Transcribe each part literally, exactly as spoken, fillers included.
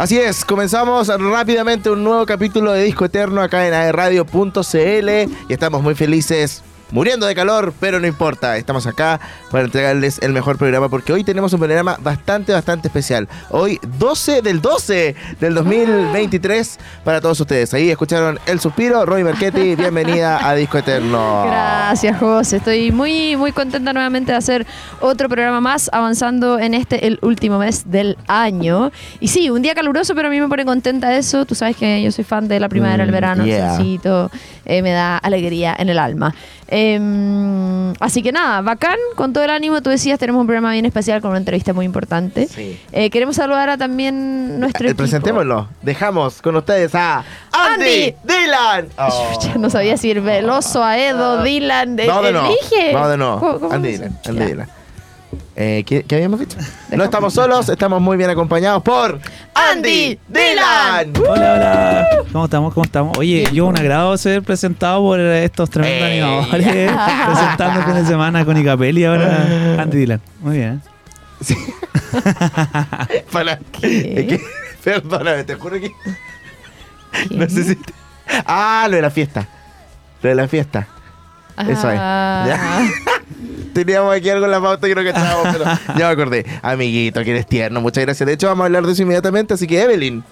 Así es, comenzamos rápidamente un nuevo capítulo de Disco Eterno acá en aerradio punto c l y estamos muy felices, muriendo de calor, pero no importa, estamos acá para entregarles el mejor programa porque hoy tenemos un programa bastante, bastante especial. Hoy doce del doce del dos mil veintitrés para todos ustedes. Ahí escucharon El Suspiro, Roy Marchetti, bienvenida a Disco Eterno. Gracias, José, estoy muy, muy contenta nuevamente de hacer otro programa más, avanzando en este, el último mes del año. Y sí, un día caluroso, pero a mí me pone contenta eso. Tú sabes que yo soy fan de la primavera, Mm, el verano, yeah. el solcito, eh, me da alegría en el alma. Eh, así que nada, bacán, con todo el ánimo. Tú decías, tenemos un programa bien especial con una entrevista muy importante. Sí. Eh, queremos saludar a también nuestro Eh, equipo. Presentémoslo. Dejamos con ustedes a Andy, Andy. Dylan. Chucha, no sabía si ir Veloso, Aedo, Dylan, de, Vamos de nuevo. elige. Vamos de nuevo. ¿Cómo- cómo Andy no sé? Dylan. Andy Ya. Dylan. Eh, ¿qué, qué habíamos dicho? No estamos solos, estamos muy bien acompañados por Andy Andy Dylan. Dylan. Hola, hola. ¿Cómo estamos? ¿Cómo estamos? Oye, yo un agrado ser presentado por estos tremendos Ey. animadores. Presentando el fin de semana con Icapel y ahora Andy Dylan. Muy bien. Sí. Para, ¿Qué? es que, perdóname, te juro que ¿Qué? no sé si te- Ah, lo de la fiesta. Lo de la fiesta. Eso es. Ah. Ya. Teníamos aquí algo en la pauta que no cachábamos, pero ya me acordé. Amiguito, que eres tierno, muchas gracias. De hecho, vamos a hablar de eso inmediatamente, así que Evelyn,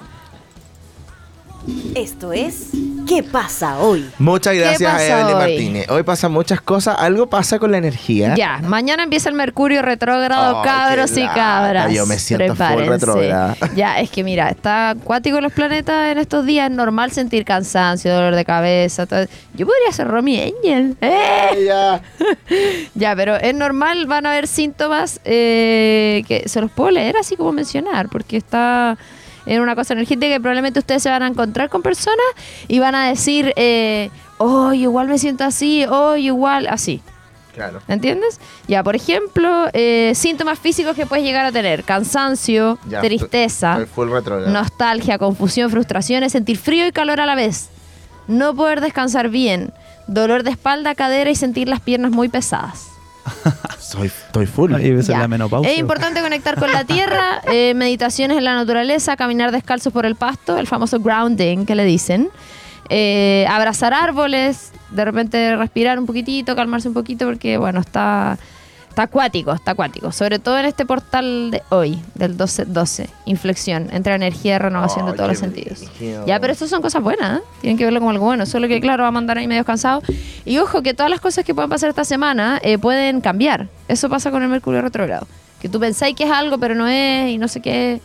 Esto es ¿Qué pasa hoy? muchas gracias a pasa Evelyn hoy? Martínez. Hoy pasan muchas cosas, algo pasa con la energía. Ya, mañana empieza el Mercurio retrógrado, Oh, cabros qué y lata, cabras. yo me siento full Prepárense. retrógrada. Ya, es que mira, está acuático los planetas en estos días. Es normal sentir cansancio, dolor de cabeza. todo. Yo podría ser Romy Angel. ¡Eh! Ya. Ya, pero es normal, van a haber síntomas eh, que se los puedo leer así como mencionar, porque está en una cosa energética que probablemente ustedes se van a encontrar con personas y van a decir, eh, oh, igual me siento así, oh, igual así. Claro. ¿Entiendes? Ya, por ejemplo, eh, síntomas físicos que puedes llegar a tener: cansancio, Ya, tristeza, estoy full retrógrado. nostalgia, confusión, frustraciones, sentir frío y calor a la vez, no poder descansar bien, dolor de espalda, cadera y sentir las piernas muy pesadas. Soy, estoy full. Ahí ves Ya. la menopausia. Es importante conectar con la tierra, eh, meditaciones en la naturaleza, caminar descalzos por el pasto, el famoso grounding que le dicen, eh, abrazar árboles, de repente respirar un poquitito, calmarse un poquito porque, bueno, está, está acuático, está acuático. Sobre todo en este portal de hoy, del doce doce, inflexión, entre energía y renovación de Ay, todos los qué sentidos. brígido. Ya, pero eso son cosas buenas, ¿eh? Tienen que verlo como algo bueno, solo que, claro, va a mandar ahí medio cansado. Y ojo, que todas las cosas que pueden pasar esta semana eh, pueden cambiar. Eso pasa con el Mercurio retrógrado. Que tú pensáis que es algo, pero no es, y no sé qué.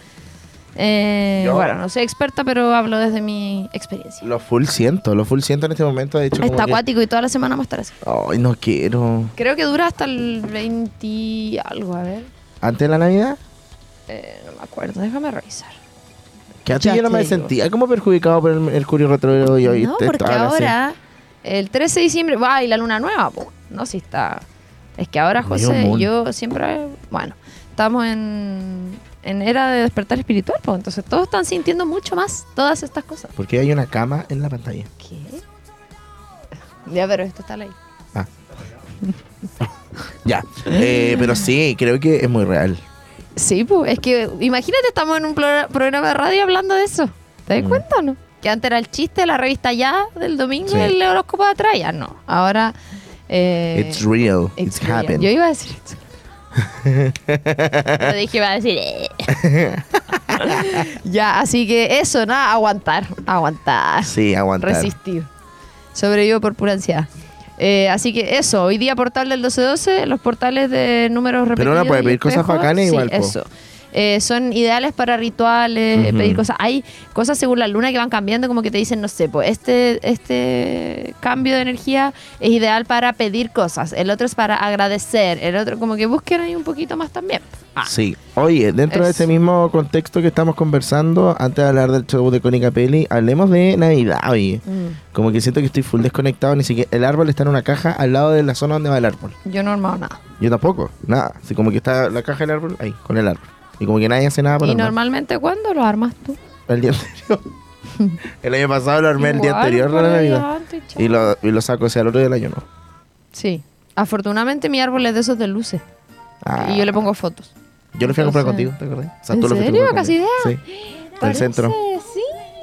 Eh, Yo- bueno, no soy experta, pero hablo desde mi experiencia. Lo full siento, lo full siento en este momento. De hecho, como Está que- acuático y toda la semana va a estar así. Ay, no quiero. Creo que dura hasta el veinte y algo, a ver. ¿Antes de la Navidad? Eh, no me acuerdo, déjame revisar. Que a ti Ya yo no te me digo. sentía como perjudicado por el Mercurio retrógrado y hoy No, te porque estaban así. ahora, el trece de diciembre, va, y la luna nueva, pues. No, si está. Es que ahora, New José, moon. yo siempre. Bueno, estamos en, en era de despertar espiritual, pues. Entonces todos están sintiendo mucho más todas estas cosas. Porque hay una cama en la pantalla. ¿Qué? Ya, pero esto está ahí. Ah. Ya. Eh, pero sí, creo que es muy real. Sí, pues, es que imagínate, estamos en un pro- programa de radio hablando de eso. ¿Te das Mm. cuenta o no? Que antes era el chiste de la revista Ya del domingo Sí. y el horóscopo de atrás, ya no. Ahora. Eh, It's real. it's It's, real. happened. Yo iba a decir eso. Yo dije, iba a decir. eh. Ya, así que eso, nada, aguantar. Aguantar. Sí, aguantar. Resistir. Sobrevivo por pura ansiedad. Eh, así que eso, hoy día portal del doce doce, los portales de números repetidos. Pero uno puede y pedir cosas espejos, bacanas sí, igual, po. eso. Eh, son ideales para rituales, Ujú. pedir cosas. Hay cosas según la luna que van cambiando, como que te dicen, no sé, pues este, este cambio de energía es ideal para pedir cosas, el otro es para agradecer, el otro como que busquen ahí un poquito más también. Ah. Sí. Oye, dentro de Eso. ese mismo contexto que estamos conversando, antes de hablar del show de Connie Capelli, hablemos de Navidad, oye. Mm, Como que siento que estoy full desconectado, ni siquiera el árbol está en una caja al lado de la zona donde va el árbol. yo no he armado nada. Yo tampoco, nada. Así como que está la caja del árbol ahí, con el árbol. Y como que nadie hace nada por ¿Y armar. normalmente cuándo lo armas tú? El día anterior. El año pasado lo armé el día Igual, anterior de por la ahí Navidad. antes, chao. Y lo, y lo saco, o sea, el otro día del año no. Sí. Afortunadamente mi árbol es de esos de luces. Ah, Y yo le pongo fotos. yo lo fui a comprar entonces- contigo, ¿te acordás? O sea, ¿En tú lo fuiste a serio? comprar ¿Casi conmigo. Sí. Parece, centro. Sí.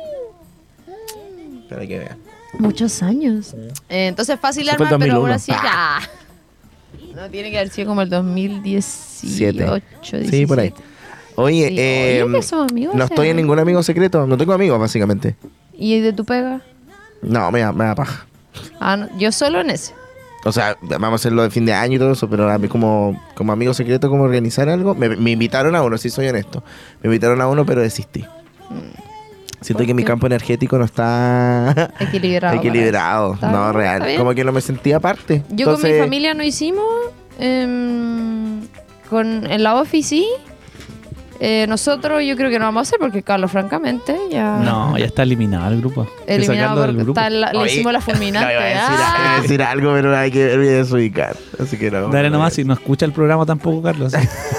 Para que vean. Muchos años. Eh, entonces fácil Eso fue el armar, pero aún dos mil uno. así ya. No, tiene que haber sido como el dos mil dieciocho, Siete. Sí, por ahí. Oye, Sí, eh, oye, que somos amigos, no o sea. estoy en ningún amigo secreto. No tengo amigos, básicamente. ¿Y de tu pega? No, me da, me da paja. Ah, no, yo solo en ese. O sea, vamos a hacerlo de fin de año y todo eso, pero a mí como, como amigo secreto, como organizar algo, me, me invitaron a uno, sí soy honesto. Me invitaron a uno, pero desistí. Siento ¿Por que mi qué? campo energético no está Equilibrado. equilibrado, Está no bien, está real. bien. Como que no me sentía aparte. Yo con mi Entonces, familia no hicimos. em, con, en la Office sí. Eh, nosotros yo creo que no vamos a hacer porque Carlos, francamente, ya. No, ya está eliminado el grupo. Hay que Eliminado sacarlo del porque grupo. está en la- le Oye, hicimos la no, fulminante. iba a decir, Ah. iba a decir algo, pero hay que voy a desubicar. Así que no. Dale nomás, si no escucha el programa tampoco, Carlos.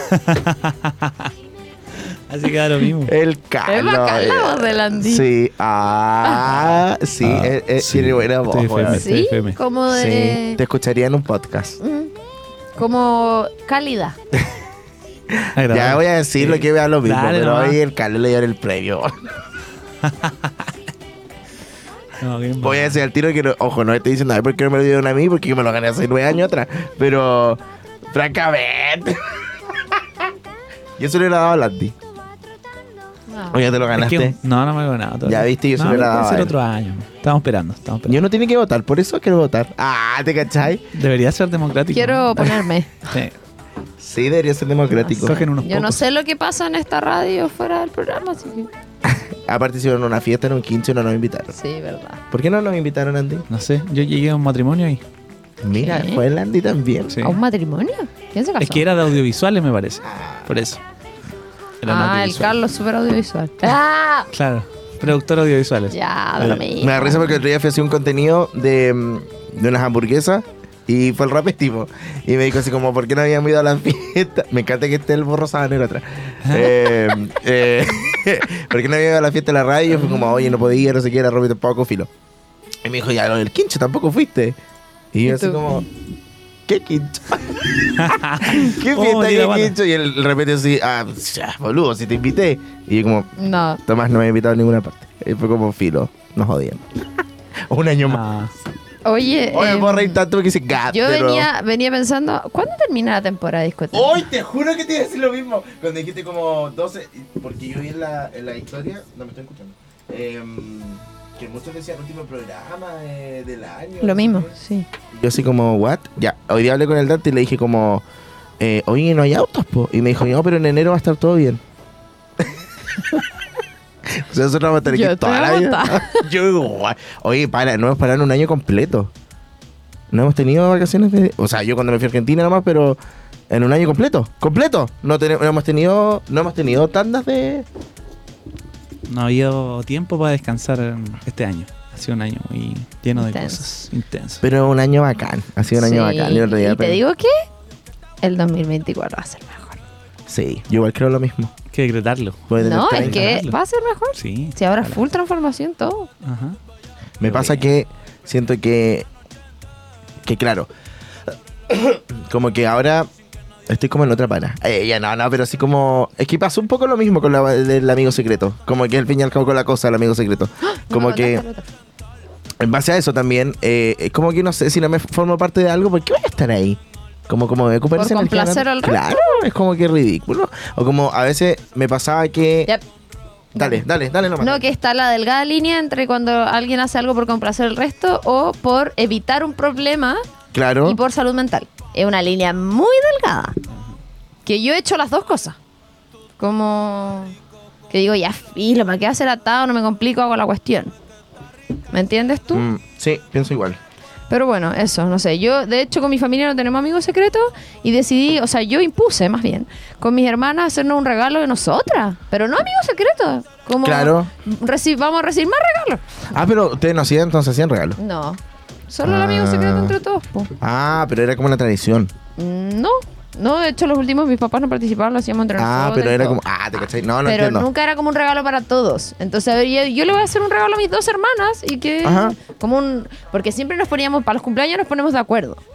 Así que da lo mismo. El Carlos. Es bacán la eh, voz de Landy. Sí, ah, sí, Ah, eh, eh, sí. tiene buena voz. Estoy weón. F M. Sí, F M. como Sí, de. te escucharía en un podcast. Mm, como cálida. Agradable. Ya voy a decir lo que vea lo mismo, Dale pero nomás. hoy el Carlos le dio el premio. No, qué Voy a mal. decir al tiro que, no, ojo, no estoy diciendo, ay, ¿por qué no me lo dieron a mí? Porque yo me lo gané hace nueve años atrás. Pero, francamente. Yo se lo hubiera dado a Landy. No. O ya te lo Es ganaste. que- no, no me he ganado todavía. Ya viste, yo se no, lo hubiera puede dado a ser él. otro año. Estamos esperando, estamos esperando. Yo no tiene que votar, por eso quiero votar. Ah, ¿te cachai? Debería ser democrático. Quiero ponerme. Sí. Sí, debería ser democrático. Cogen unos Yo no pocos. sé lo que pasa en esta radio fuera del programa, así que. Ha participado en una fiesta, en un quince y no nos invitaron. Sí, verdad. ¿Por qué no nos invitaron, Andy? No sé, yo llegué a un matrimonio y Mira, ¿Qué? fue el Andy también. sí. ¿A un matrimonio? ¿Quién se casó? Es que era de audiovisuales, me parece. Por eso. Eran Ah, el audiovisuales. Carlos, súper audiovisual. ¡Ah! Claro, productor audiovisuales. Ya, da lo mismo. Me da risa porque el otro día fui a hacer un contenido de, mm, de unas hamburguesas y fue el rapestivo. Y me dijo así como, ¿por qué no habíamos ido a la fiesta? Me encanta que esté el borro sabanero atrás. eh, eh, ¿Por qué no habíamos ido a la fiesta de la radio? Y yo fui como, oye, no podía, no sé qué, era Robbie tampoco, filo. Y me dijo, ya, lo del quincho tampoco fuiste. Y yo ¿Y así tú? como, ¿qué quincho? ¿Qué Oh, fiesta, tira qué bala. quincho? Y él de repente así, ah, ya, boludo, si te invité. Y yo como, No. Tomás no me ha invitado a ninguna parte. Y fue como, filo, nos odian. Un año más. Ah, Oye, Oye, em, me puedo reír tanto porque dice gat. yo pero- venía, venía pensando, ¿cuándo termina la temporada de discoteca? Hoy te juro que te iba a decir lo mismo. Cuando dijiste como doce, porque yo vi en la, en la historia, no me estoy escuchando, em, que muchos decían último programa de- del año. Lo no sé mismo, qué. sí. Y yo así como, ¿what? Ya, hoy día hablé con el Dante y le dije como, eh, oye, no hay autos, po. Y me dijo, no, pero en enero va a estar todo bien. O sea, nosotros vamos a estar aquí Yo toda la estoy vida. Yo digo, guay. Oye, para, no hemos parado en un año completo. No hemos tenido vacaciones de... O sea, yo cuando me fui a Argentina nomás, pero en un año completo. ¡Completo! No, tenemos, no hemos tenido no hemos tenido tandas de... no ha habido tiempo para descansar en este año. Ha sido un año muy lleno de Intenso. cosas. Intenso. Pero un año bacán. Ha sido un año Sí, bacán. Yo el otro día y te pe- digo que el dos mil veinticuatro va a ser mejor. Sí, yo igual creo lo mismo. Hay que decretarlo. Voy a tener No, es treinta. que ganarlo. va a ser mejor. Sí. Si ahora ojalá. full transformación todo. Ajá. Me pasa que siento que... Que claro... como que ahora... Estoy como en otra pana. Eh, ya no, no, pero así como... Es que pasó un poco lo mismo con la, del amigo secreto. Como que al fin y al cabo con la cosa del amigo secreto. Como No, que... contaste, contaste. En base a eso también, eh, es como que no sé si no me formo parte de algo, ¿por qué voy a estar ahí? Como, como de ocupar ¿Por esa energía, complacer ¿no? al resto? Claro, es como que ridículo. O como a veces me pasaba que... Ya. Dale, dale, dale nomás. No, que está la delgada línea entre cuando alguien hace algo por complacer al resto o por evitar un problema Claro. y por salud mental. Es una línea muy delgada. Que yo he hecho las dos cosas. Como que digo, ya filo, ¿para qué hacer atado? No me complico, hago la cuestión. ¿Me entiendes tú? Mm, sí, pienso igual. Pero bueno, eso, no sé. Yo, de hecho, con mi familia no tenemos amigos secretos y decidí, o sea, yo impuse más bien, con mis hermanas hacernos un regalo de nosotras. Pero no amigos secretos. Como Claro. reci- vamos a recibir más regalos. Ah, pero ustedes no hacían, entonces hacían regalos. No. Solo el Ah. amigo secreto entre todos, po. Ah, pero era como una tradición. Mm, No. No, de hecho, los últimos mis papás no participaban, lo hacíamos entre Ah, nosotros pero y era todo. como... Ah, te cachai. No, no Pero entiendo. nunca era como un regalo para todos. Entonces, a ver, yo, yo le voy a hacer un regalo a mis dos hermanas y que... Ajá. Como un... Porque siempre nos poníamos, para los cumpleaños nos ponemos de acuerdo.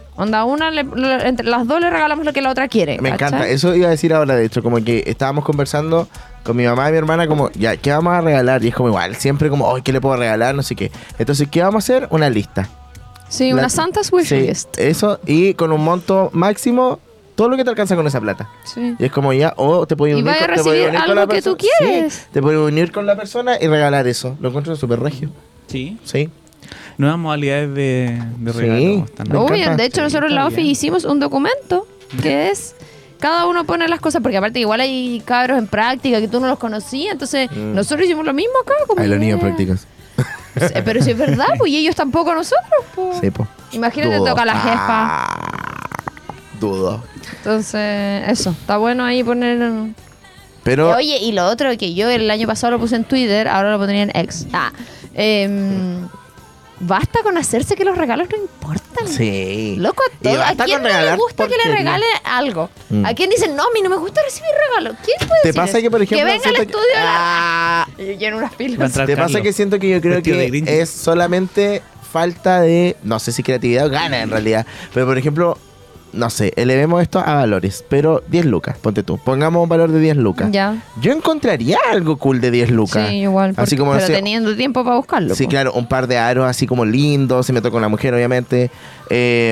Onda, una le- le- entre las dos le regalamos lo que la otra quiere. Me ¿cachai? encanta. Eso iba a decir ahora, de hecho, como que estábamos conversando con mi mamá y mi hermana como, ya, ¿qué vamos a regalar? Y es como igual, siempre como, ay, ¿qué le puedo regalar? No sé qué. Entonces, ¿qué vamos a hacer? Una lista. Sí, La- una Santa's wish Sí, list. eso, y con un monto máximo, todo lo que te alcanza con esa plata. Sí. Y es como ya, o te puedes Y unir, vaya a con, te puedes recibir unir con algo la que tú persona. quieres. Sí, te puedes unir con la persona y regalar eso. Lo encuentro súper regio. Sí. Sí. Nuevas modalidades de, de Sí. regalo. están- Me Uy, encanta. de hecho, Sí, nosotros en la está OFI bien. hicimos un documento que es. Cada uno pone las cosas, porque aparte igual hay cabros en práctica que tú no los conocías, entonces Mm. nosotros hicimos lo mismo acá. Como Ahí los que- niños prácticos. Sí, pero si es verdad, pues y ellos tampoco a nosotros. Pues. Sí, po. Imagínate, Dudo. toca a la jefa. Ah, dudo. Entonces, eso, está bueno ahí poner... Pero, Oye, y lo otro que yo el año pasado lo puse en Twitter, ahora lo pondría en X. Ah, em, basta con hacerse que los regalos no importan. sí. Loco, a, Y todo, ¿a basta quién con no le regalar gusta que le porquería. regalen algo? Mm. ¿A quién dice, no, a mí no me gusta recibir regalos? ¿Quién puede ¿Te decir pasa eso? que, por ejemplo, Que venga al siento que- estudio a hablar. Ah, Y yo lleno unas Va a pilas. entrar ¿Te pasa Carlos. que siento que yo creo Vestido de que Grinch. es solamente falta de, no sé si creatividad o gana en realidad, pero por ejemplo, no sé, elevemos esto a valores, pero diez lucas, ponte tú, pongamos un valor de diez lucas. Ya. Yo encontraría algo cool de diez lucas. Sí, igual. Así porque- como pero decía- teniendo tiempo para buscarlo. Sí, po. claro, un par de aros así como lindos, si me toca una mujer, obviamente. Eh,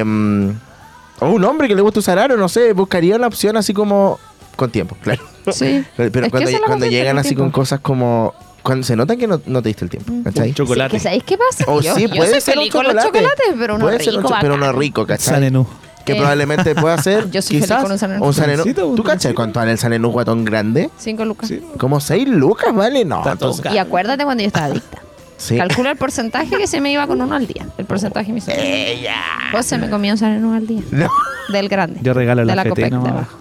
o un hombre que le gusta usar aros, no sé, buscaría una opción así como con tiempo, claro. Sí. Pero Es que cuando, esa es la cuando cosa, llegan el así tiempo. con cosas como... Cuando se nota que no, no te diste el tiempo, ¿cachai? Un chocolate. Sí, que ¿sabéis qué pasa? O yo, sí, yo puede soy ser un feliz con los chocolate. chocolates, pero uno Puede ser un rico, cho- pero bacán. uno rico, ¿cachai? Sanenú. Que Eh. probablemente pueda ser Yo soy feliz quizás con un Sanenú. un Sanenú. Trencito, un ¿Tú cachai trencito. cuánto vale el Sanenú guatón grande? Cinco lucas. Sí. Como seis lucas, ¿vale? No, Está todo entonces... caro. Y acuérdate cuando yo estaba adicta. Sí. Calcula el porcentaje que se me iba con uno al día. El porcentaje me hizo. Ella. José me comía un Sanenú al día. No. Del grande. Yo regalo de la la F T Copec de nomás. abajo.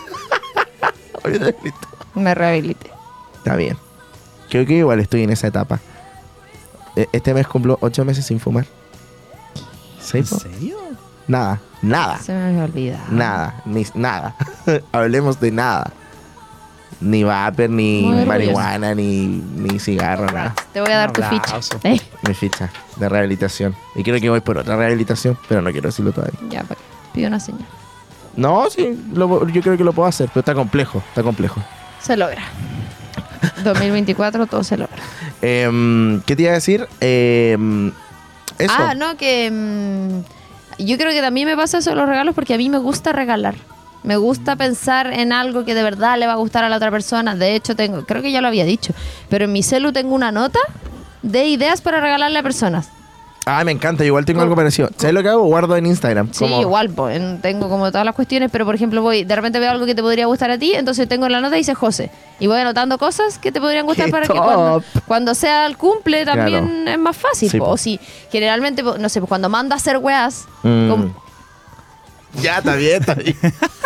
Oye, listo. Me rehabilité. Está bien. Creo que igual estoy en esa etapa. E- Este mes cumplo ocho meses sin fumar. ¿Sí, ¿En po? serio? Nada, nada, Se me había olvidado. nada, ni nada. Hablemos de nada. Ni vapor, ni Muy orgullosa. marihuana, ni, ni cigarro, nada. Te voy a dar tu Un ficha. aplauso. Eh, Mi ficha de rehabilitación. Y creo que voy por otra rehabilitación, pero no quiero decirlo todavía. ya, pa- pido una señal. No, sí, lo- yo creo que lo puedo hacer, pero está complejo, está complejo. Se logra. dos mil veinticuatro todo se logra. Em, ¿Qué te iba a decir? Em, eso. Ah, no, que mm, yo creo que también me pasa eso de los regalos porque a mí me gusta regalar. Me gusta pensar en algo que de verdad le va a gustar a la otra persona. De hecho, tengo, creo que ya lo había dicho, pero en mi celu tengo una nota de ideas para regalarle a personas. Ah, me encanta, igual tengo Co- algo parecido. ¿Sabes lo que hago? Guardo en Instagram. Sí, como- igual, po, en- tengo como todas las cuestiones, pero por ejemplo voy, de repente veo algo que te podría gustar a ti, entonces tengo en la nota y dice José. Y voy anotando cosas que te podrían gustar ¡Qué para que top! cuando, cuando sea el cumple también Claro. es más fácil. Sí, po. po. O si generalmente, po, no sé, pues cuando mando a hacer weas, Mm. como- Ya, está bien, está bien.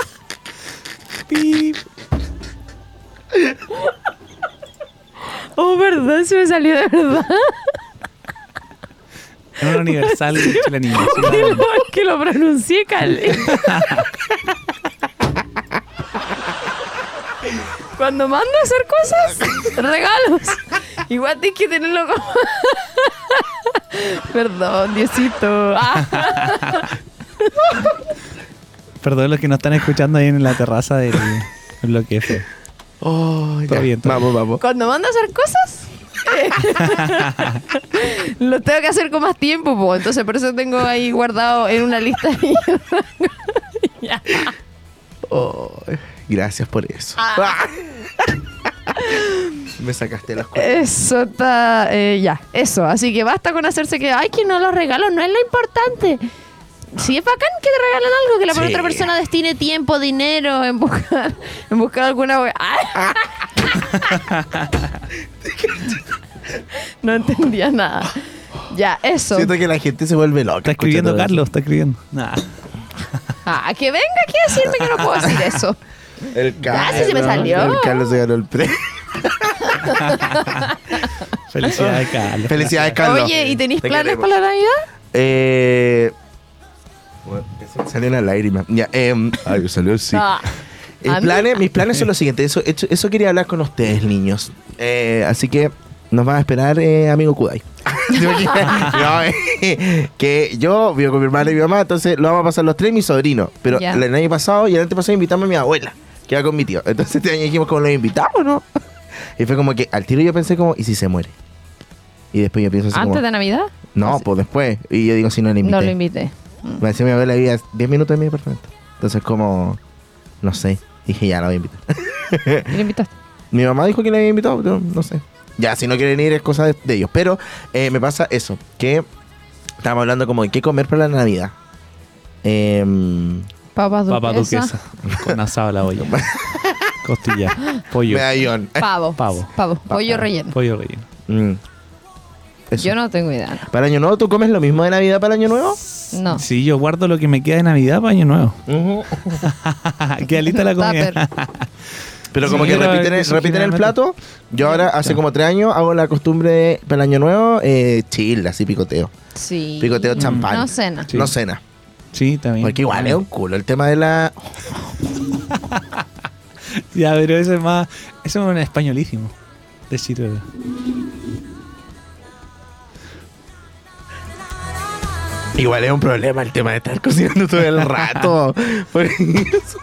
Pip. oh, verdad, se me salió de verdad. Es un universal chilanino. Es que lo pronuncié, Cale. Cuando mando a hacer cosas, regalos. Igual tienes que tenerlo como... Perdón, Diosito. Ah. Perdón los que no están escuchando ahí en la terraza del bloque F. Oh, ya. Todo bien, todo Vamos, vamos. Cuando mando a hacer cosas, eh, lo tengo que hacer con más tiempo, po. Entonces por eso tengo ahí guardado en una lista. Ya. Oh, gracias por eso. Ah. Me sacaste las cosas. Eso está, eh, ya, eso. Así que basta con hacerse que, ay, que no los regalo, no es lo importante. Sí, es bacán que te regalen algo, que la Sí. otra persona destine tiempo, dinero en buscar, en buscar alguna wea. ¡Ay! No entendía nada. Ya, eso. Siento que la gente se vuelve loca. Está escribiendo escuchando Carlos, está escribiendo. Nah. Ah, que venga aquí a decirme que no puedo decir eso. eso. El Carlos. sí se me salió. El Carlos se ganó el premio. Felicidades, Carlos. Felicidades, Carlos. Oye, ¿y tenéis Te planes queremos. para la Navidad? Eh. Bueno, se me salió una lágrima. Ya, em, ay, me salió sí. Ah, El a mí- planes- mis planes son los siguientes. Eso, eso, eso quería hablar con ustedes, niños. Eh, así que nos va a esperar, eh, amigo Kudai. ¿Te imaginas? No, eh, que yo vivo con mi hermana y mi mamá, entonces lo vamos a pasar los tres y mi sobrino. Pero Ya. el año pasado y el año pasado invitamos a mi abuela, que va con mi tío. Entonces este año dijimos, como los invitamos, ¿no? Y fue como que al tiro yo pensé como, ¿y si se muere? Y después yo pienso así ¿Antes como, de Navidad? no, Así. pues después. Y yo digo, si no le invité. No lo invité. Me decía mi abuela, vivía diez minutos en mi departamento. Entonces como, no sé. Dije, ya, la voy a invitar. ¿Y lo invitaste? Mi mamá dijo que le había invitado, pero no sé. Ya, si no quieren ir es cosa de, de ellos. Pero eh, me pasa eso, que estábamos hablando como de qué comer para la Navidad. Eh, Papas duquesa. Papa duquesa. Con asado a la olla. Costilla. Pollo. medallón. Pavo. Pavo. Pavo. Pollo relleno. Pollo relleno. Mm. Eso. Yo no tengo idea. ¿Para Año Nuevo tú comes lo mismo de Navidad para Año Nuevo? No. Sí, yo guardo lo que me queda de Navidad para Año Nuevo. Ujú. Qué lista la comida. Pero como Sí, que pero repiten, el, eso repiten el generalmente- plato. Yo ahora, hace Ya. como tres años, hago la costumbre de, para el Año Nuevo, eh, chill, así picoteo. Sí. Picoteo champán. No cena. Sí. No cena. Sí, también. Porque igual es un culo el tema de la... Ya, pero eso es más. Eso es un españolísimo. Decir. eh, Igual es un problema el tema de estar cocinando todo el rato. Por eso.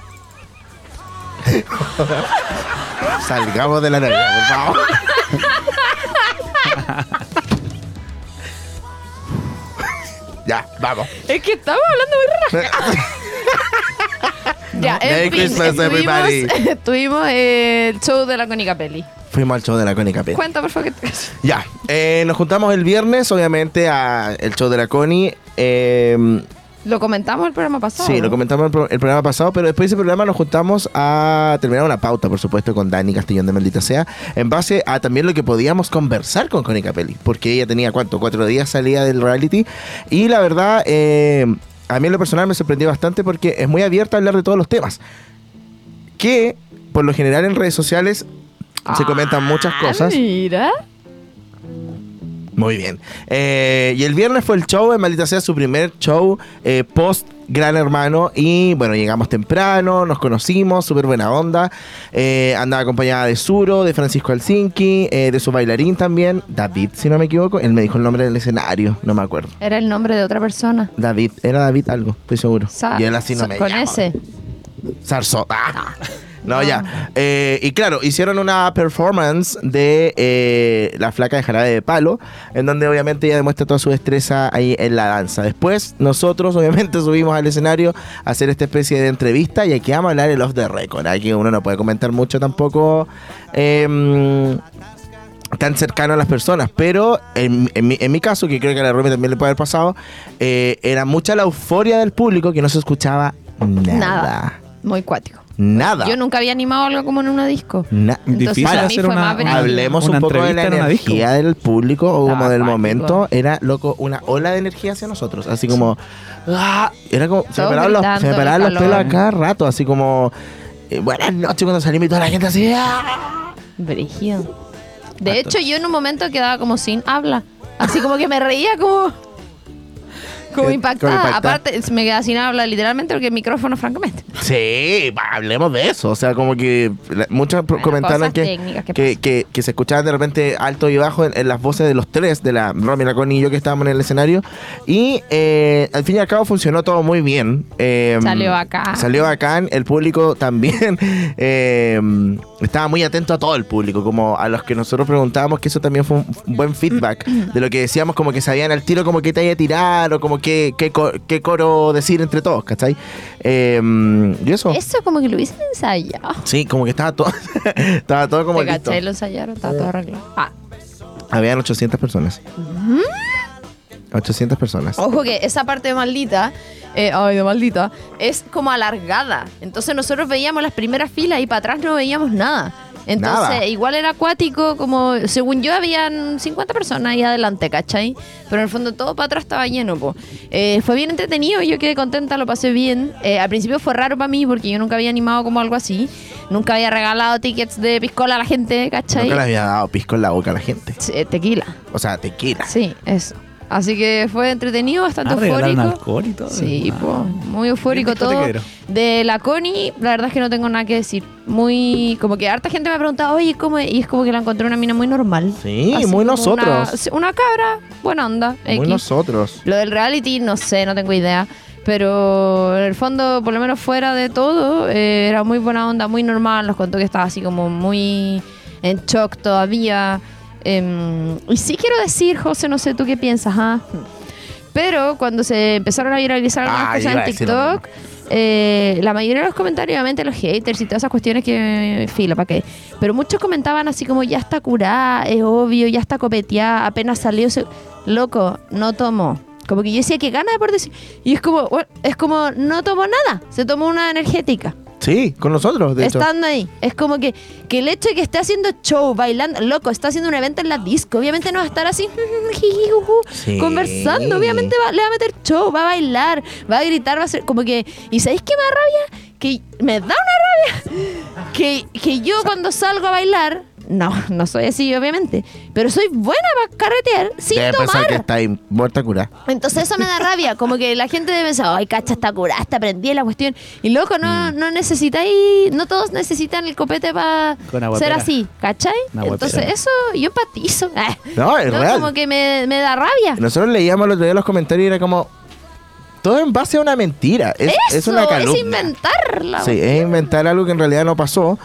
Salgamos de la Navidad, por favor. Ya, vamos. Es que estamos hablando muy raro. Ya, en Merry fin, Christmas, estuvimos, everybody. estuvimos eh, el show de la Cónica Peli. Fuimos al show de la Connie Capel. Cuenta, por favor. Que te... Ya, eh, nos juntamos el viernes, obviamente, al show de la Connie. Eh, Lo comentamos el programa pasado. sí, lo comentamos el, pro- el programa pasado, pero después de ese programa nos juntamos a terminar una pauta, por supuesto, con Dani Castellón de Maldita Sea, en base a también lo que podíamos conversar con Connie Capelli, porque ella tenía, ¿cuánto? Cuatro días salida del reality, y la verdad, eh, a mí en lo personal me sorprendió bastante porque es muy abierta a hablar de todos los temas, que por lo general en redes sociales se comentan muchas Ah, cosas. Mira. Muy bien. Eh, y el viernes fue el show, en Maldita Sea, su primer show eh, post Gran Hermano. Y bueno, llegamos temprano, nos conocimos, súper buena onda. Eh, andaba acompañada de Suro, de Francisco Helsinki, eh, de su bailarín también, David, si no me equivoco. Él me dijo el nombre del escenario, no me acuerdo. Era el nombre de otra persona. David, era David algo, estoy seguro. Sa- y él así no sa- me Con llama. ese. Sarso. Ah. No, ya. Eh, y claro, hicieron una performance de eh, La Flaca de Jarabe de Palo, en donde obviamente ella demuestra toda su destreza ahí en la danza. Después, nosotros obviamente subimos al escenario a hacer esta especie de entrevista y aquí vamos a hablar el off the record. Aquí uno no puede comentar mucho tampoco. Eh, tan cercano a las personas, pero en, en, mi, en mi caso, que creo que a la Rumi también le puede haber pasado, eh, era mucha la euforia del público que no se escuchaba nada. Nada. Muy cuático. Nada. Yo nunca había animado algo como en una disco. Na- Entonces Difícil para mí hacer fue una- más brígido. Hablemos Una un poco de la entrevista en una disco. energía del público o como Estaba del acuático. momento. Era, loco, una ola de energía hacia nosotros. Así como... ¡ah! Era como... Se me Todos paraban los, se me gritando, paraban el los pelos a calor. cada rato. Así como... eh, buenas noches cuando salimos y toda la gente así... ¡ah! Brígido. De hecho, yo en un momento quedaba como sin habla. Así como que me reía como... Como Eh, impactada. como impactada. Aparte, me quedaba sin habla literalmente porque el micrófono, francamente. Sí, va, hablemos de eso. O sea, como que la- muchos pro- Bueno, comentaron cosas que, técnicas que que, pasan. que, que se escuchaban de repente alto y bajo en, en las voces de los tres, de la Romy, la Connie y yo que estábamos en el escenario. Y eh, al fin y al cabo funcionó todo muy bien. Eh, Salió bacán. Salió bacán. El público también eh, estaba muy atento a todo el público, como a los que nosotros preguntábamos, que eso también fue un, un buen feedback de lo que decíamos, como que sabían al tiro como que te haya tirar o como que, que co- qué coro decir entre todos, ¿cachai? Eh, y eso. Eso como que lo hubiesen ensayado. Sí, como que estaba todo, estaba todo como ¿Te listo. cachai? Lo ensayaron, estaba todo arreglado. Ah, Habían ochocientas personas. ochocientas personas. ojo que esa parte de maldita, eh, ay, de maldita, es como alargada. Entonces nosotros veíamos las primeras filas y para atrás no veíamos nada. Entonces, Nada. igual era acuático, como según yo habían cincuenta personas ahí adelante, ¿cachai? Pero en el fondo todo para atrás estaba lleno, po. Eh, fue bien entretenido, yo quedé contenta, lo pasé bien. Eh, al principio fue raro para mí porque yo nunca había animado como algo así. Nunca había regalado tickets de piscola a la gente, ¿cachai? Nunca le había dado pisco en la boca a la gente. Sí, tequila. O sea, tequila. Sí, eso. Así que fue entretenido, bastante Ah, regalaron eufórico. alcohol y todo. Sí, Ah. po, muy eufórico Bien todo. discotequero. De la Connie, la verdad es que no tengo nada que decir. Muy, como que harta gente me ha preguntado, oye, ¿cómo es? Y es como que la encontré una mina muy normal. Sí, Así muy como nosotros. Una, sí, una cabra, buena onda. Muy X. nosotros. Lo del reality, no sé, no tengo idea. Pero en el fondo, por lo menos fuera de todo, eh, era muy buena onda, muy normal. Nos contó que estaba así como muy en shock todavía. Eh, y sí quiero decir, José, no sé tú qué piensas, ¿ah? Pero cuando se empezaron a viralizar algunas Ah, cosas iba en a decir lo TikTok, eh, la mayoría de los comentarios, obviamente los haters y todas esas cuestiones que fila, ¿para qué? Pero muchos comentaban así como ya está curada, es obvio, ya está copeteada, apenas salió, se... loco, no tomó. Como que yo decía que gana por decir. Y es como, bueno, es como no tomó nada, se tomó una energética. Sí, con nosotros, de hecho. Estando ahí. Es como que, que el hecho de que esté haciendo show, bailando, loco, está haciendo un evento en la disco. Obviamente no va a estar así Sí. conversando. Obviamente va- le va a meter show, va a bailar, va a gritar, va a hacer como que. ¿Y sabéis qué me da rabia? Que me da una rabia. Que, que yo cuando salgo a bailar, no, no soy así, obviamente. Pero soy buena para carretear sin Debe pensar tomar. que está ahí muerta cura. Entonces eso me da rabia, como que la gente debe pensar, ay, cacha, está curada, está prendida la cuestión. Y loco, no, Mm. no necesitáis, no todos necesitan el copete para Con ser aguapera. así, ¿cachai? Una aguapera. Entonces eso, yo empatizo. Ah, No, es no, real. como que me, me da rabia. Nosotros leíamos el otro día los comentarios y era como... Todo en base a una mentira. Es, eso, es una calumnia. inventarla. Sí, es inventar algo que en realidad no pasó.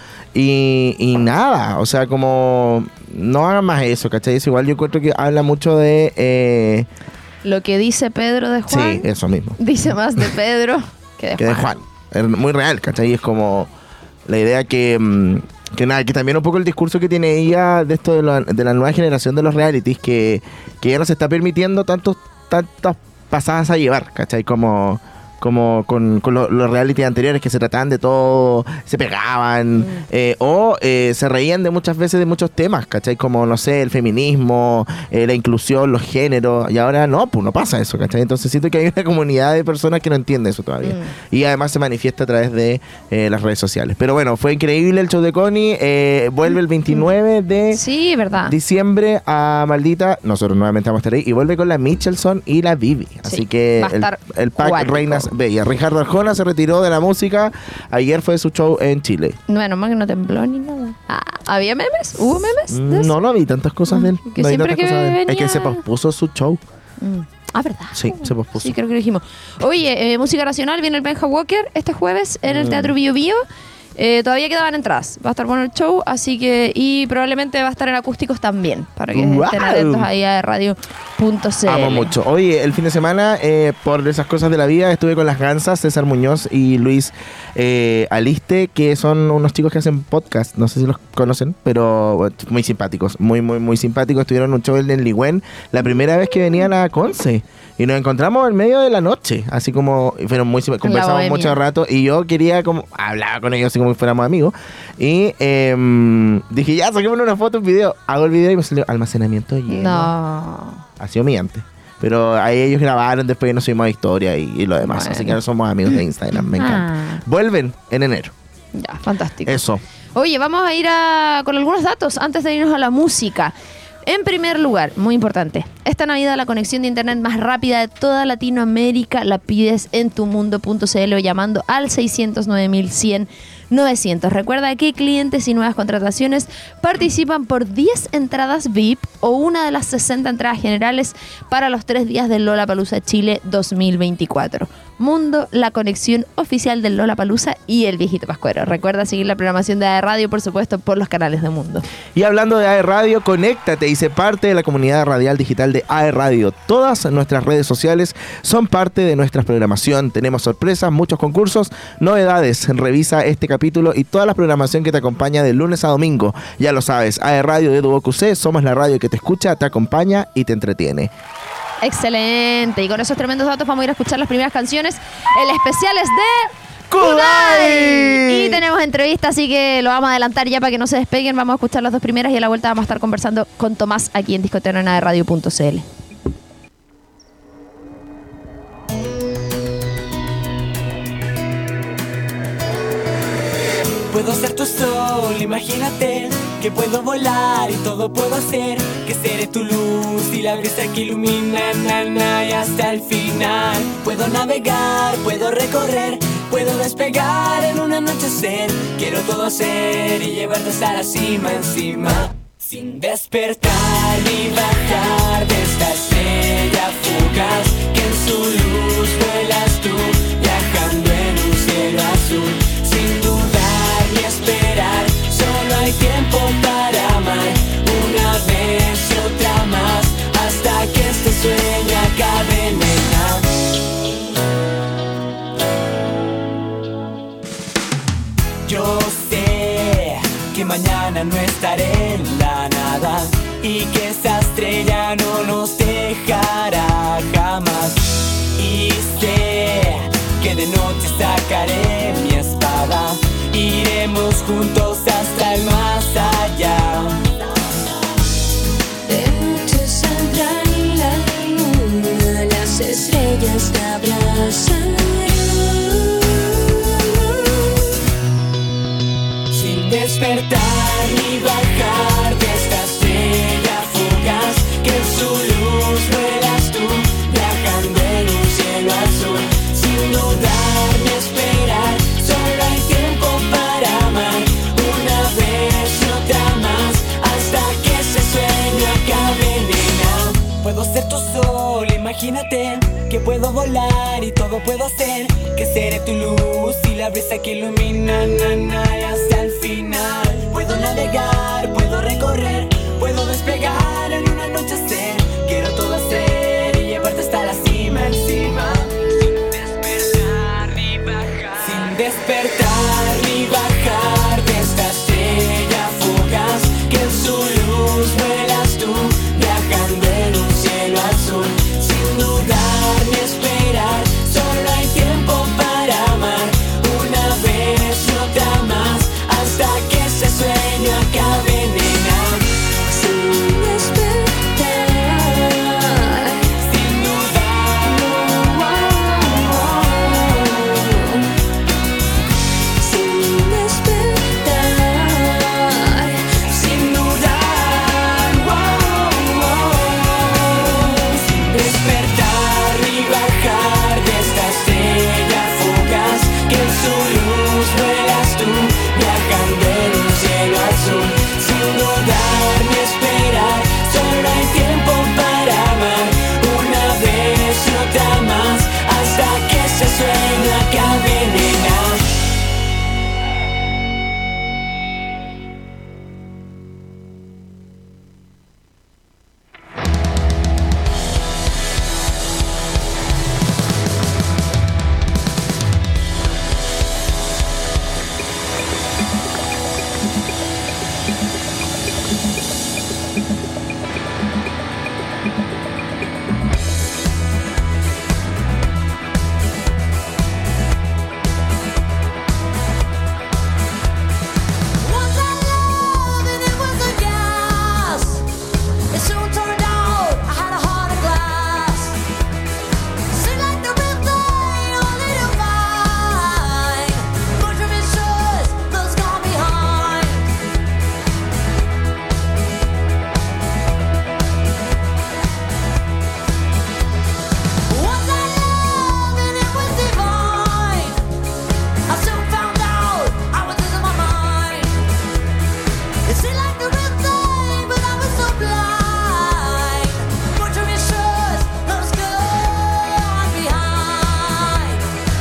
Y, y nada, o sea, como... No hagan más eso, ¿cachai? Es igual yo encuentro que habla mucho de... eh, Lo que dice Pedro de Juan, sí, eso mismo. dice más de Pedro que de Que de Juan. Juan. Es muy real, ¿cachai? Es como la idea que, mm, que nada, que también un poco el discurso que tiene ella de esto de la, de la nueva generación de los realities, que, que ya no se está permitiendo tantos, tantas pasadas a llevar, ¿cachai? Como, como con, con lo- los realities anteriores que se trataban de todo, se pegaban, Mm. eh, o eh, se reían de muchas veces de muchos temas, ¿cachai? Como, no sé, el feminismo, eh, la inclusión, los géneros, y ahora no, pues no pasa eso, ¿cachai? Entonces siento que hay una comunidad de personas que no entiende eso todavía. Mm. Y además se manifiesta a través de eh, las redes sociales. Pero bueno, fue increíble el show de Connie, eh, vuelve el veintinueve de... Sí, verdad. diciembre a Maldita, nosotros nuevamente vamos a estar ahí y vuelve con la Michelson y la Vivi. Así Sí, que va a el, estar el pack cuático. Reinas Bellas. Ricardo Arjona se retiró de la música. Ayer fue su show en Chile. Bueno, más que no tembló ni nada. Ah, ¿había memes? ¿Hubo memes? de eso? No, no vi tantas cosas de él. Que No vi siempre tantas que cosas de él. Es venía- que se pospuso su show. Mm. Ah, ¿verdad? Sí, se pospuso. Sí, creo que lo dijimos. Oye, eh, música nacional, viene el Benja Walker este jueves en el Mm. Teatro Bio Bio. Eh, todavía quedaban entradas. Va a estar bueno el show, así que... Y probablemente va a estar en acústicos también, para que ¡Guau! estén atentos ahí a radio punto c l. Amo mucho. Oye, el fin de semana, eh, por esas cosas de la vida, estuve con las Gansas, César Muñoz y Luis eh, Aliste, que son unos chicos que hacen podcast. No sé si los conocen, pero bueno, muy simpáticos. Muy, muy, muy simpáticos. Estuvieron en un show en el Ligüen la primera vez que venían a Conce. Y nos encontramos en medio de la noche. Así como, y fueron muy simpáticos. En la Conversamos bohemia. mucho rato. Y yo quería como, hablaba con ellos así como si fuéramos amigos. Y em, dije, ya, saquémonos una foto, un video. Hago el video y me salió almacenamiento lleno. No. Ha sido humillante. Pero ahí ellos grabaron, después nos subimos a historia y, y lo demás. Bueno. Así que ahora somos amigos de Instagram, me encanta. Ah, Vuelven en enero. ya, fantástico. Eso. Oye, vamos a ir a, con algunos datos antes de irnos a la música. En primer lugar, muy importante, esta Navidad la conexión de internet más rápida de toda Latinoamérica la pides en tumundo punto c l o llamando al seiscientos nueve mil cien novecientos. Recuerda que clientes y nuevas contrataciones participan por diez entradas V I P o una de las sesenta entradas generales para los tres días del Lollapalooza Chile dos mil veinticuatro. Mundo, la conexión oficial del Lollapalooza y el Viejito Pascuero. Recuerda seguir la programación de A E Radio, por supuesto, por los canales de Mundo. Y hablando de A E Radio, conéctate y sé parte de la comunidad radial digital de A E Radio. Todas nuestras redes sociales son parte de nuestra programación. Tenemos sorpresas, muchos concursos, novedades. Revisa este capítulo y toda la programación que te acompaña de lunes a domingo. Ya lo sabes, A E Radio de Duoc U C, somos la radio que te escucha, te acompaña y te entretiene. Excelente. Y con esos tremendos datos vamos a ir a escuchar las primeras canciones. El especial es de... ¡Kudai! Y tenemos entrevista, así que lo vamos a adelantar ya para que no se despeguen. Vamos a escuchar las dos primeras y a la vuelta vamos a estar conversando con Tomás aquí en Discoteca en A E Radio punto c l. Puedo ser tu sol, imagínate. que puedo volar y todo puedo hacer, que seré tu luz y la brisa que ilumina, na, na, y hasta el final. Puedo navegar, puedo recorrer, puedo despegar en un anochecer. Quiero todo hacer y llevarte hasta la cima encima, sin despertar ni bajar de esta estrella fugaz, que en su luz vuelas tú, viajando en un cielo azul. Sin dudar ni esperar, solo hay tiempo para amar, una vez y otra más, hasta que este sueño acabe, nena. Yo sé que mañana no estaré en la nada y que esa estrella no nos dejará jamás. Y sé que de noche sacaré mi espada, iremos juntos hasta el más allá. De noche saldrá la luna, las estrellas te abrazarán. Sin despertar ni bajar de esta estrella fugaz, que en su luz vuelas tú, viajando en un cielo azul. Sin dudar ni esperar, solo hay tiempo para amar, una vez y otra más, hasta que ese sueño acabe, nena. Puedo ser tu sol, imagínate que puedo volar y todo puedo hacer, que seré tu luz y la brisa que ilumina, na, na, y hasta el final. Puedo navegar, puedo recorrer, puedo despegar en un anochecer. Quiero todo hacer y llevarte hasta la cima encima, sin despertar ni bajar, sin despertar ni bajar de esta estrella fugaz, que en su luz vuelas tú, viajando en un cielo azul. Sin dudar ni esperar, solo hay tiempo para amar, una vez y otra más, hasta que ese sueño acabe, nena. Sin despertar, Sin dudar, sin despertar, sin dudar, sin despertar ni bajar de esta estrella fugaz, que en su luz vuelas tú, viajando en un cielo azul. Sin dudar ni esperar, solo hay tiempo para amar, una vez y otra más, hasta que ese sueño acabe, nena. once I loved and it was a gas. It soon turned out I had a heart of glass. Seemed like the real thing, only to find much of it shows those gone behind. Once I loved and it was divine. I soon found out I was losing my mind. It seemed like the real thing, but I was so blind. Much of it shows those gone behind.